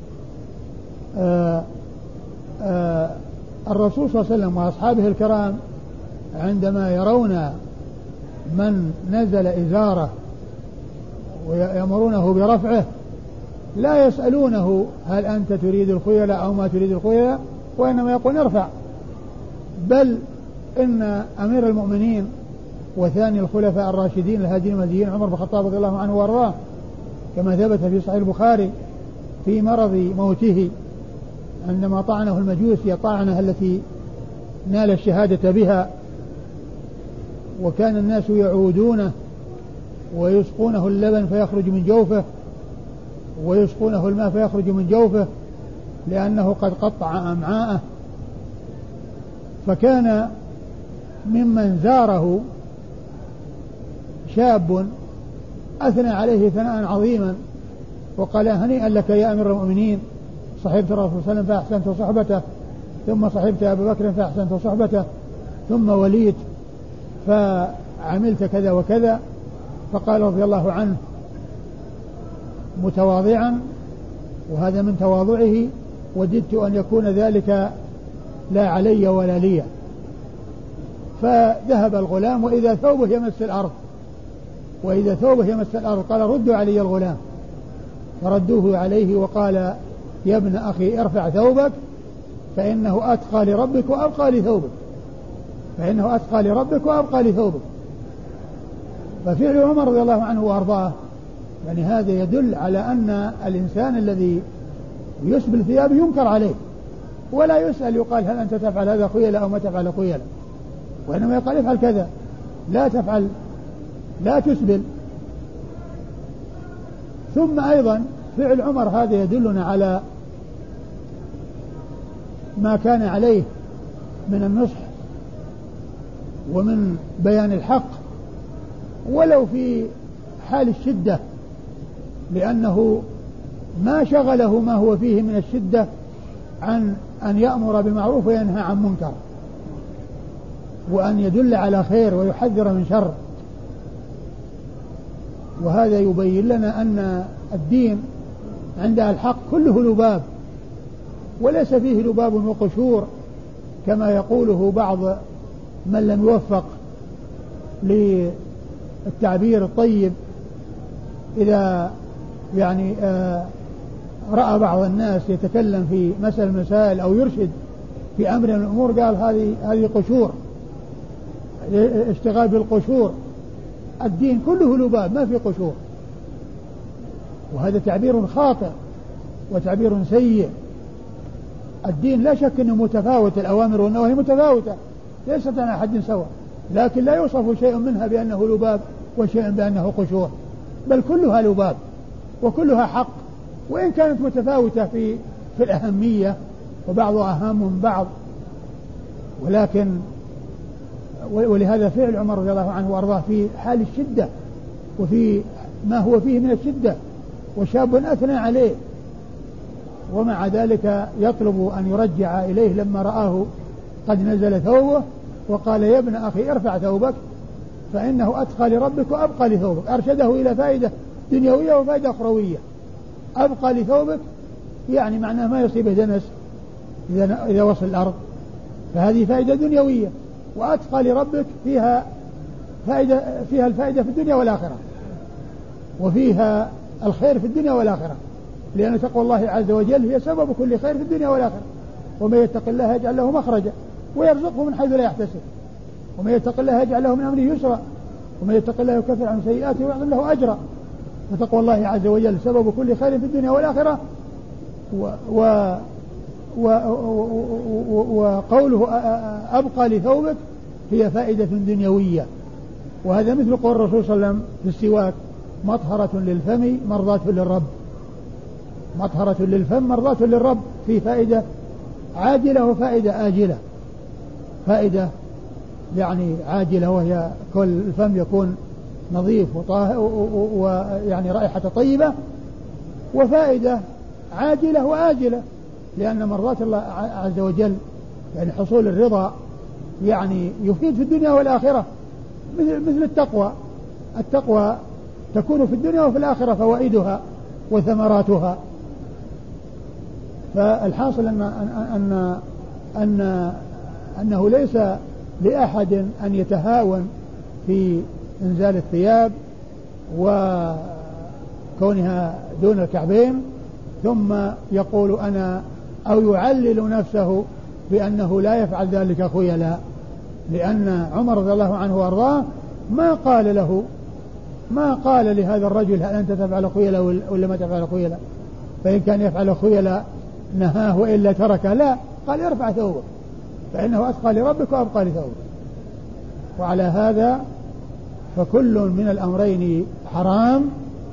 آآ آآ الرسول صلى الله عليه وسلم وأصحابه الكرام عندما يرون من نزل إزاره ويأمرونه برفعه لا يسألونه هل أنت تريد الخيلاء أو ما تريد الخيلاء، وإنما يقول ارفع. بل إن أمير المؤمنين وثاني الخلفاء الراشدين الهادين المهديين عمر بن الخطاب رضي الله عنه وارضاه كما ثبت في صحيح البخاري في مرض موته عندما طعنه المجوسي طعنه التي نال الشهادة بها، وكان الناس يعودونه ويسقونه اللبن فيخرج من جوفه ويسقونه الماء فيخرج من جوفه لأنه قد قطع أمعاءه. فكان ممن زاره شاب أثنى عليه ثناء عظيما وقال هنيئا لك يا أمير المؤمنين، صحبت الرسول صلى الله عليه وسلم فأحسنت صحبته، ثم صحبت أبا بكر فأحسنت صحبته، ثم وليت فعملت كذا وكذا. فقال رضي الله عنه متواضعا، وهذا من تواضعه، وددت أن يكون ذلك لا علي ولا لي. فذهب الغلام وإذا ثوبه يمس الأرض وإذا ثوبه يمس الأرض قال ردوا علي الغلام، فردوه عليه وقال يا ابن أخي ارفع ثوبك فإنه أتقى لربك وأبقى لثوبك فإنه أتقى لربك وأبقى لثوبك. ففعل عمر رضي الله عنه وأرضاه يعني هذا يدل على أن الإنسان الذي يسبل ثيابه ينكر عليه ولا يسأل يقال هل أنت تفعل هذا خيلاء أو ما تفعل خيلاء، وإنما يقال افعل كذا لا تفعل لا تسبل. ثم أيضا فعل عمر هذا يدلنا على ما كان عليه من النصح ومن بيان الحق ولو في حال الشدة، لأنه ما شغله ما هو فيه من الشدة عن أن يأمر بمعروف وينهى عن منكر، وأن يدل على خير ويحذر من شر. وهذا يبين لنا أن الدين عندها الحق كله لباب وليس فيه لباب وقشور كما يقوله بعض من لم يوفق للتعبير الطيب. إذا يعني آه رأى بعض الناس يتكلم في مسألة مسائل أو يرشد في أمر من الأمور قال هذه هذه قشور، اشتغال بالقشور. الدين كله لباب ما في قشور، وهذا تعبير خاطئ وتعبير سيء. الدين لا شك أنه متفاوت، الأوامر والنواهي متفاوتة ليست على حد سواء، لكن لا يوصف شيء منها بأنه لباب وشيء بأنه قشور، بل كلها لباب وكلها حق، وإن كانت متفاوتة في في الأهمية وبعضها أهم من بعض. ولكن ولهذا فعل عمر رضي الله عنه وأرضاه في حال الشدة وفي ما هو فيه من الشدة وشاب أثنى عليه، ومع ذلك يطلب أن يرجع إليه لما رآه قد نزل ثوبه وقال يا ابن أخي ارفع ثوبك فإنه أتقى لربك وأبقى لثوبك. أرشده إلى فائدة دنيوية وفائدة أخروية. أبقى لثوبك يعني معناه ما يصيبه دنس إذا إذا وصل الأرض، فهذه فائدة دنيوية. وأتقى لربك فيها فائدة فيها الفائدة في الدنيا والآخرة، وفيها الخير في الدنيا والآخرة، لأن تقوى الله عز وجل هي سبب كل خير في الدنيا والآخرة. ومن يتق الله يجعل له مخرجا ويرزقه من حيث لا يحتسب، ومن يتق الله يجعل له من أمره يسرا، ومن يتق الله يكفر عن سيئاته ويعظم له أجرا. فتقوى الله عز وجل سبب كل خير في الدنيا والآخرة. و, و وقوله أبقى لثوبك هي فائدة دنيوية. وهذا مثل قول الرسول صلى الله عليه وسلم في السواك مطهرة للفم مرضاة للرب. مطهرة للفم مرضاة للرب، في فائدة عاجلة وفائدة آجلة. فائدة يعني عاجلة وهي كل الفم يكون نظيف وطاهر ويعني رائحة طيبة، وفائدة عاجلة وآجلة، لأن مرضات الله عز وجل يعني حصول الرضا يعني يفيد في الدنيا والآخرة، مثل التقوى. التقوى تكون في الدنيا وفي الآخرة فوائدها وثمراتها. فالحاصل أن, أن, أن أنه ليس لأحد أن يتهاون في إنزال الثياب وكونها دون الكعبين ثم يقول أنا أو يعلل نفسه بأنه لا يفعل ذلك خيلا، لأن عمر رضي الله عنه وارضاه ما قال له ما قال لهذا الرجل هل أنت تفعل خيلا ولا ما تفعل خيلا، فإن كان يفعل خيلا نهاه وإلا تركه، لا، قال ارفع ثوبك فإنه أتقى لربك وأبقى لثوبك. وعلى هذا فكل من الأمرين حرام،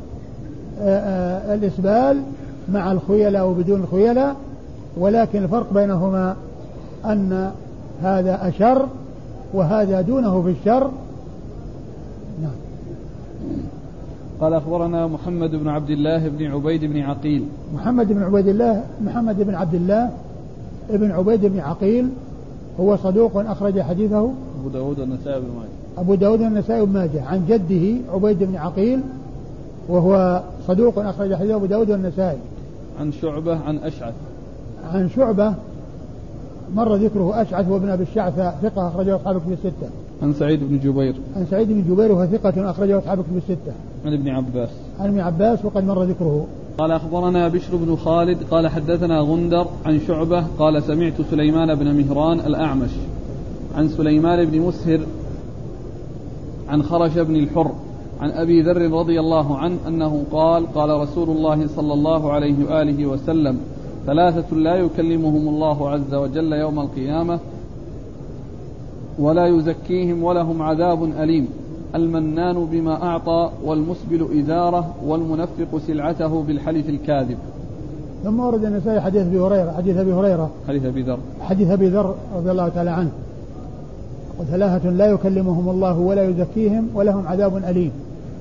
الإسبال مع الخيلاء وبدون الخيلاء، ولكن الفرق بينهما أن هذا أشر وهذا دونه في الشر. نعم. قال أخبرنا محمد بن عبد الله بن عبيد بن عقيل. محمد بن عبيد الله محمد بن عبد الله ابن عبيد بن عقيل هو صدوق أخرج حديثه أبو داود والنسائي بن ماجه. أبو داود والنسائي بن ماجه عن جده عبيد بن عقيل وهو صدوق أخرج حديثه أبو داود والنسائي. عن شعبة عن أشعث. عن شعبة مر ذكره أشعث وابن أبي الشعث ثقة أخرجه أصحاب الكتب الستة. عن سعيد بن جبير. عن سعيد بن جبير وهو ثقة أخرجه أصحاب الكتب الستة. عن ابن عباس. عن ابن عباس وقد مر ذكره. قال أخبرنا بشر بن خالد قال حدثنا غندر عن شعبة قال سمعت سليمان بن مهران الأعمش عن سليمان بن مسهر عن خرش بن الحر عن أبي ذر رضي الله عنه أنه قال قال رسول الله صلى الله عليه وآله وسلم ثلاثة لا يكلمهم الله عز وجل يوم القيامة ولا يزكيهم ولهم عذاب أليم: المنان بما أعطى والمسبل إزاره والمنفق سلعته بالحلف الكاذب. ثم ورد النسائي حديث أبي هريرة حديث أبي هريرة حديث أبي ذر حديث أبي ذر رضي الله تعالى عنه وثلاثة لا يكلمهم الله ولا يزكيهم ولهم عذاب أليم: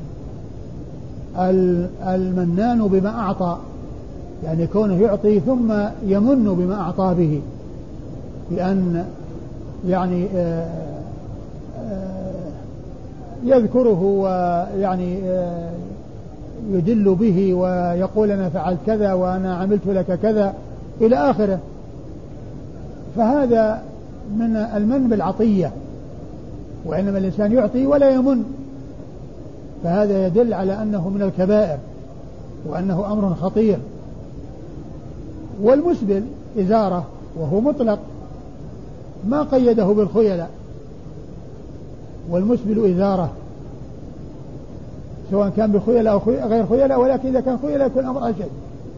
المنان بما أعطى، يعني كونه يعطي ثم يمن بما أعطى به، بأن يعني يذكره ويعني يدل به ويقول أنا فعلت كذا وأنا عملت لك كذا إلى آخره. فهذا من المن بالعطية، وإنما الإنسان يعطي ولا يمن، فهذا يدل على أنه من الكبائر وأنه أمر خطير. والمسبل إزارة وهو مطلق ما قيده بالخيلاء، والمسبل إزارة سواء كان بخيلاء أو غير خيلاء، ولكن إذا كان خيلاء يكون الأمر أشد.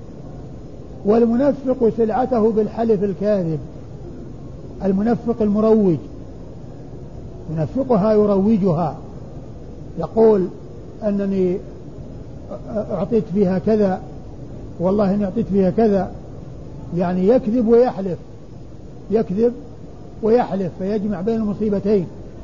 والمنفق سلعته بالحلف الكاذب، المنفق المروج ينفقها يروجها، يقول أنني أعطيت فيها كذا والله إني أعطيت فيها كذا، يعني يكذب ويحلف يكذب ويحلف فيجمع بين المصيبتين.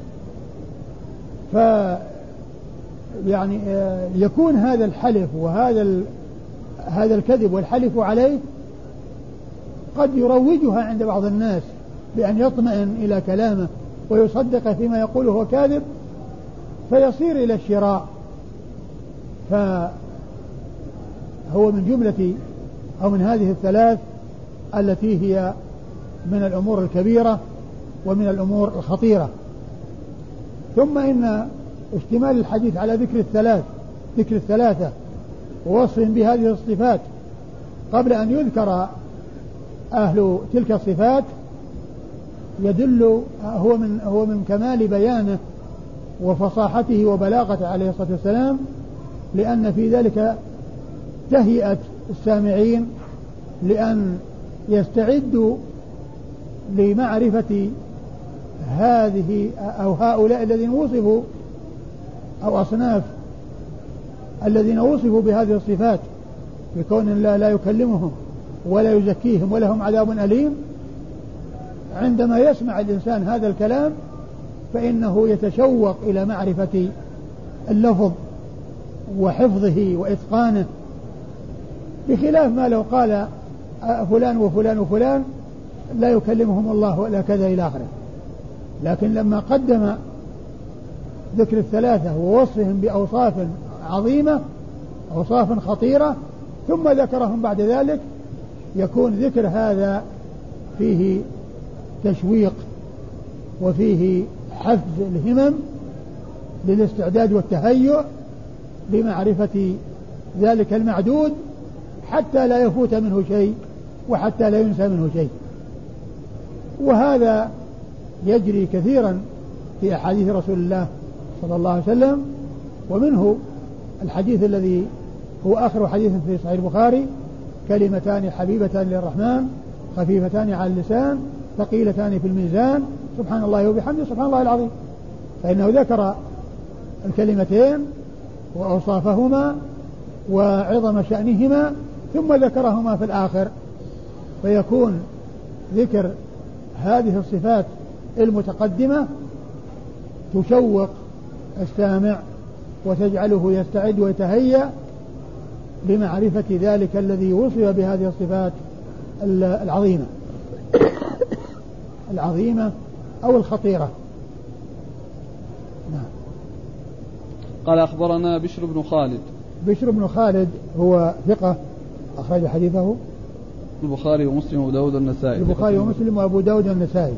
ف يعني يكون هذا الحلف وهذا هذا الكذب والحلف عليه قد يروجها عند بعض الناس بأن يطمئن إلى كلامه ويصدق فيما يقوله هو كاذب فيصير إلى الشراء. فهو من جملة أو من هذه الثلاث التي هي من الأمور الكبيرة ومن الأمور الخطيرة. ثم إن اشتمال الحديث على ذكر الثلاث ذكر الثلاثة ووصفهم بهذه الصفات قبل أن يذكر أهل تلك الصفات يدل هو من هو من كمال بيانه وفصاحته وبلاغته عليه الصلاة والسلام، لأن في ذلك تهيئة السامعين لأن يستعدوا لمعرفة هذه أو هؤلاء الذين وصفوا أو أصناف الذين وصفوا بهذه الصفات بكون الله لا يكلمهم ولا يزكيهم ولهم عذاب أليم. عندما يسمع الإنسان هذا الكلام فإنه يتشوق إلى معرفة اللفظ وحفظه وإتقانه، بخلاف ما لو قال فلان وفلان وفلان لا يكلمهم الله ولا كذا إلى آخره. لكن لما قدم ذكر الثلاثة ووصفهم بأوصاف عظيمة أوصاف خطيرة ثم ذكرهم بعد ذلك يكون ذكر هذا فيه تشويق وفيه حفز الهمم للاستعداد والتهيؤ لمعرفة ذلك المعدود حتى لا يفوت منه شيء وحتى لا ينسى منه شيء. وهذا يجري كثيرا في أحاديث رسول الله صلى الله عليه وسلم، ومنه الحديث الذي هو آخر حديث في صحيح البخاري: كلمتان حبيبتان للرحمن خفيفتان على اللسان ثقيلتان في الميزان سبحان الله وبحمده سبحان الله العظيم. فإنه ذكر الكلمتين وأوصافهما وعظم شأنهما ثم ذكرهما في الآخر، فيكون ذكر هذه الصفات المتقدمة تشوق السامع وتجعله يستعد ويتهيأ لمعرفة ذلك الذي وصف بهذه الصفات العظيمة العظيمة أو الخطيرة. نعم. قال أخبرنا بشر بن خالد. بشر بن خالد هو ثقة أخرج حديثه البخاري ومسلم وأبو داود والنسائي. البخاري ومسلم وأبو داود والنسائي.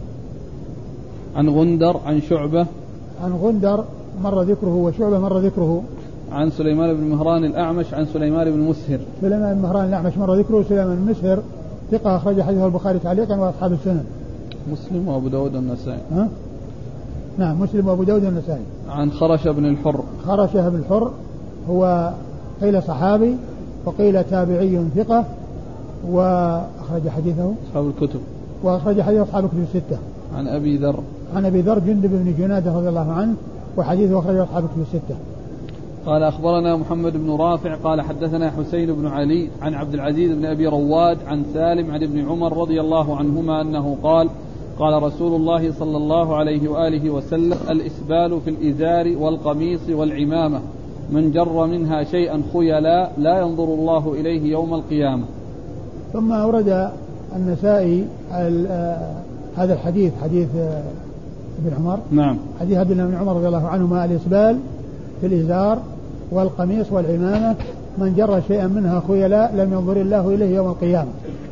عن غندر عن شعبة. عن غندر مر ذكره وشعبة مر ذكره. عن سليمان بن مهران الأعمش عن سليمان بن مسهر. سليمان بن مهران الأعمش مر ذكره. سليمان بن مسهر ثقة أخرج حديثه البخاري تعليقا وأصحاب السنن. مسلم وأبو داود والنسائي. ها؟ نعم مسلم وأبو داود والنسائي. عن خرشة بن الحر. خرشة بن الحر هو قيل صحابي وقيل تابعي ثقة وأخرج حديثه أصحاب الكتب. وأخرج حديث أصحاب الكتب الستة. عن أبي ذر. عن أبي ذر جندب بن جنادة رضي الله عنه وحديثه أخرج أصحاب الكتب الستة. قال أخبرنا محمد بن رافع قال حدثنا حسين بن علي عن عبد العزيز بن أبي رواد عن سالم عن ابن عمر رضي الله عنهما أنه قال: قال رسول الله صلى الله عليه وآله وسلم: الإسبال في الإزار والقميص والعمامة، من جر منها شيئا خيلا لا ينظر الله إليه يوم القيامة. ثم أورد النسائي هذا الحديث حديث ابن عمر. نعم. حديث عبد الله بن عمر رضي الله عنهما: الإسبال في الإزار والقميص والعمامة، من جر شيئا منها خيلا لم ينظر الله إليه يوم القيامة.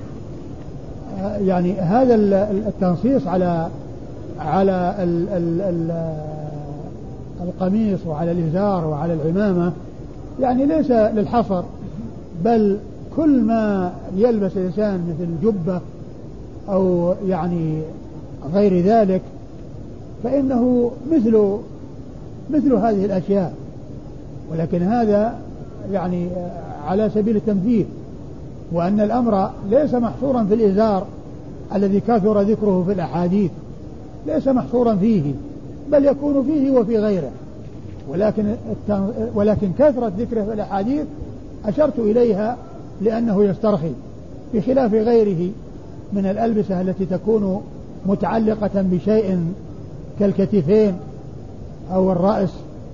يعني هذا التنصيص على على ال ال ال القميص وعلى الإزار وعلى العمامة يعني ليس للحصر، بل كل ما يلبس الإنسان مثل جبة أو يعني غير ذلك فإنه مثل مثل هذه الأشياء، ولكن هذا يعني على سبيل التمثيل، وأن الأمر ليس محصورا في الإزار الذي كثر ذكره في الأحاديث، ليس محصورا فيه، بل يكون فيه وفي غيره، ولكن ولكن كثرة ذكره في الأحاديث أشرت إليها لأنه يسترخي، بخلاف غيره من الألبسة التي تكون متعلقة بشيء كالكتفين أو الرأس،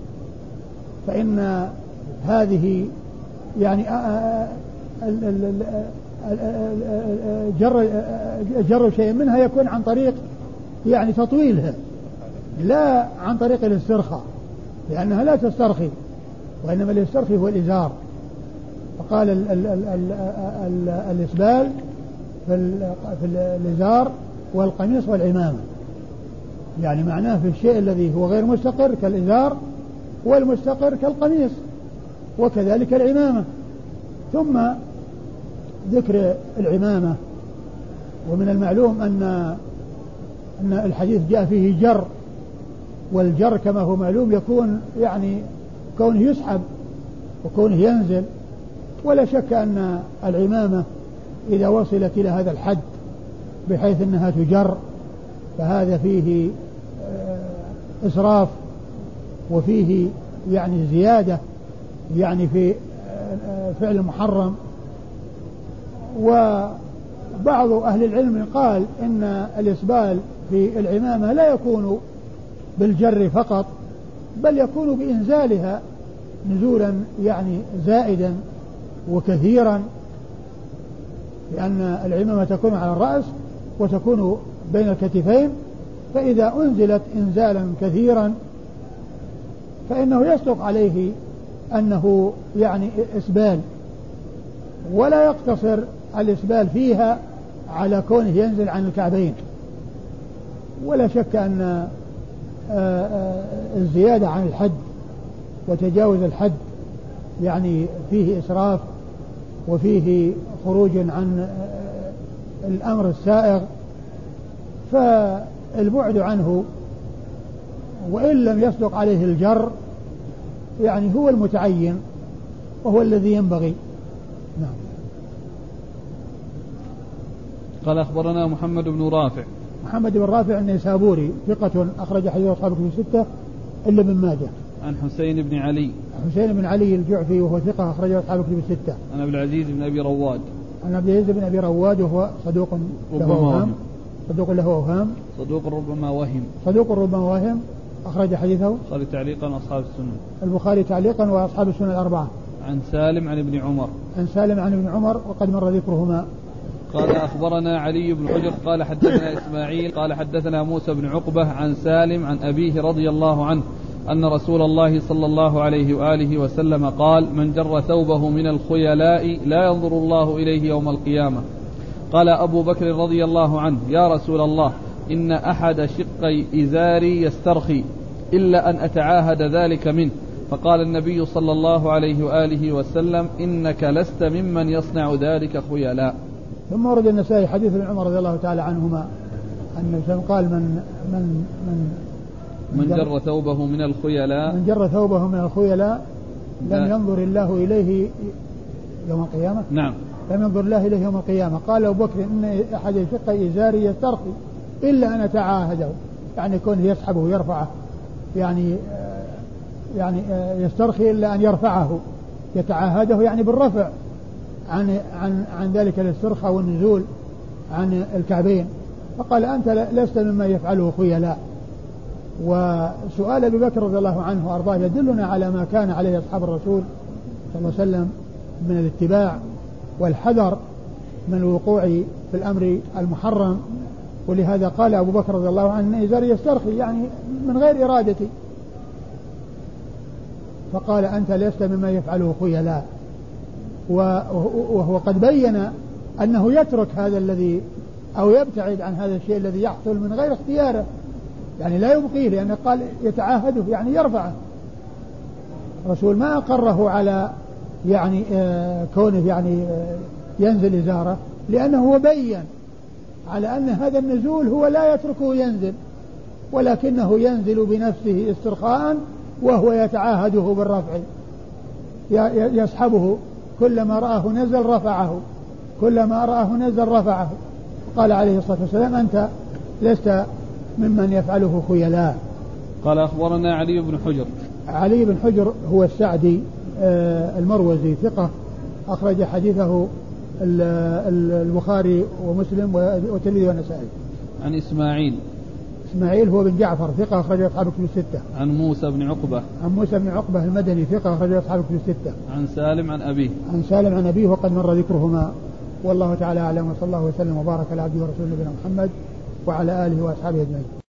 فإن هذه يعني جر جر شيء منها يكون عن طريق يعني تطويلها لا عن طريق الاسترخاء، لأنها لا تسترخي، وإنما الاسترخي هو الإزار. فقال ال ال ال ال ال الإسبال في الإزار والقميص والعمامة، يعني معناه في الشيء الذي هو غير مستقر كالإزار، والمستقر كالقميص، وكذلك العمامة. ثم ذكر العمامة، ومن المعلوم أن أن الحديث جاء فيه جر، والجر كما هو معلوم يكون يعني كونه يسحب وكونه ينزل، ولا شك أن العمامة إذا وصلت إلى هذا الحد بحيث أنها تجر فهذا فيه إسراف وفيه يعني زيادة يعني في فعل محرم. وبعض أهل العلم قال إن الإسبال في العمامة لا يكون بالجر فقط، بل يكون بإنزالها نزولا يعني زائدا وكثيرا، لأن العمامة تكون على الرأس وتكون بين الكتفين، فإذا أنزلت إنزالا كثيرا فإنه يصدق عليه أنه يعني إسبال، ولا يقتصر الإسبال فيها على كونه ينزل عن الكعبين. ولا شك أن الزيادة عن الحد وتجاوز الحد يعني فيه إسراف وفيه خروج عن الأمر السائغ، فالبعد عنه وإن لم يصدق عليه الجر يعني هو المتعين وهو الذي ينبغي. نعم. قال أخبرنا محمد بن رافع. محمد بن رافع النيسابوري ثقة أخرج حديث أصحاب الكتب الستة إلا ابن ماجه. عن حسين بن علي. حسين بن علي الجعفي وهو ثقة أخرج أصحاب الكتب الستة. عن عبد العزيز بن أبي رواد. عن عبد العزيز بن أبي رواد وهو صدوق له أوهام. صدوق له أوهام. صدوق ربما وهم. صدوق ربما وهم. أخرج حديثه البخاري تعليقا وأصحاب السنن. البخاري تعليقا وأصحاب السنن الأربعة. عن سالم عن ابن عمر. عن سالم عن ابن عمر وقد مر ذكرهما. قال أخبرنا علي بن حجر قال حدثنا إسماعيل قال حدثنا موسى بن عقبة عن سالم عن أبيه رضي الله عنه أن رسول الله صلى الله عليه وآله وسلم قال: من جر ثوبه من الخيلاء لا ينظر الله إليه يوم القيامة. قال أبو بكر رضي الله عنه: يا رسول الله، إن أحد شقي إزاري يسترخي إلا أن أتعاهد ذلك منه. فقال النبي صلى الله عليه وآله وسلم: إنك لست ممن يصنع ذلك خيلاء. ثم ورد النسائي حديث ابن عمر رضي الله تعالى عنهما أن قال: من من من من جر ثوبه من الخيلاء من جر ثوبه من الخيلاء لم ينظر الله إليه يوم القيامة. نعم. لم ينظر الله إليه يوم القيامة. قال أبو بكر: إن أحد يشق إزاري يسترخي إلا أن أتعاهده، يعني كونه يسحبه ويرفعه، يعني يعني يسترخي إلا أن يرفعه، يتعاهده يعني بالرفع عن عن عن ذلك الاسترخاء والنزول عن الكعبين. فقال: أنت لست مما يفعله خيلاء. وسؤال أبي بكر رضي الله عنه وأرضاه يدلنا على ما كان عليه أصحاب الرسول صلى الله عليه وسلم من الاتباع والحذر من الوقوع في الأمر المحرم. ولهذا قال أبو بكر رضي الله عنه: إن إزاري يسترخي، يعني من غير إرادتي. فقال: أنت لست مما يفعله خيلاء. وهو قد بين أنه يترك هذا الذي أو يبتعد عن هذا الشيء الذي يحصل من غير اختياره، يعني لا يبقيه، لأنه قال يتعاهده يعني يرفعه. الرسول ما أقره على يعني آه كونه يعني آه ينزل إزاره، لأنه هو بين على أن هذا النزول هو لا يتركه ينزل، ولكنه ينزل بنفسه استرخاء وهو يتعاهده بالرفع، يسحبه كلما رآه نزل رفعه، كلما رآه نزل رفعه. قال عليه الصلاة والسلام: أنت لست ممن يفعله خيلاء. قال أخبرنا علي بن حجر. علي بن حجر هو السعدي المروزي ثقة أخرج حديثه البخاري ومسلم والترمذي والنسائي. عن إسماعيل. إسماعيل هو بن جعفر ثقة أخرج أصحاب الكتب الستة. عن موسى بن عقبة. عن موسى بن عقبة المدني ثقة أخرج أصحاب الكتب الستة. عن سالم عن أبيه. عن سالم عن أبيه وقد مر ذكرهما. والله تعالى أعلم، وصلى الله وسلم وبارك على عبده ورسوله نبينا محمد وعلى آله وأصحابه أجمعين.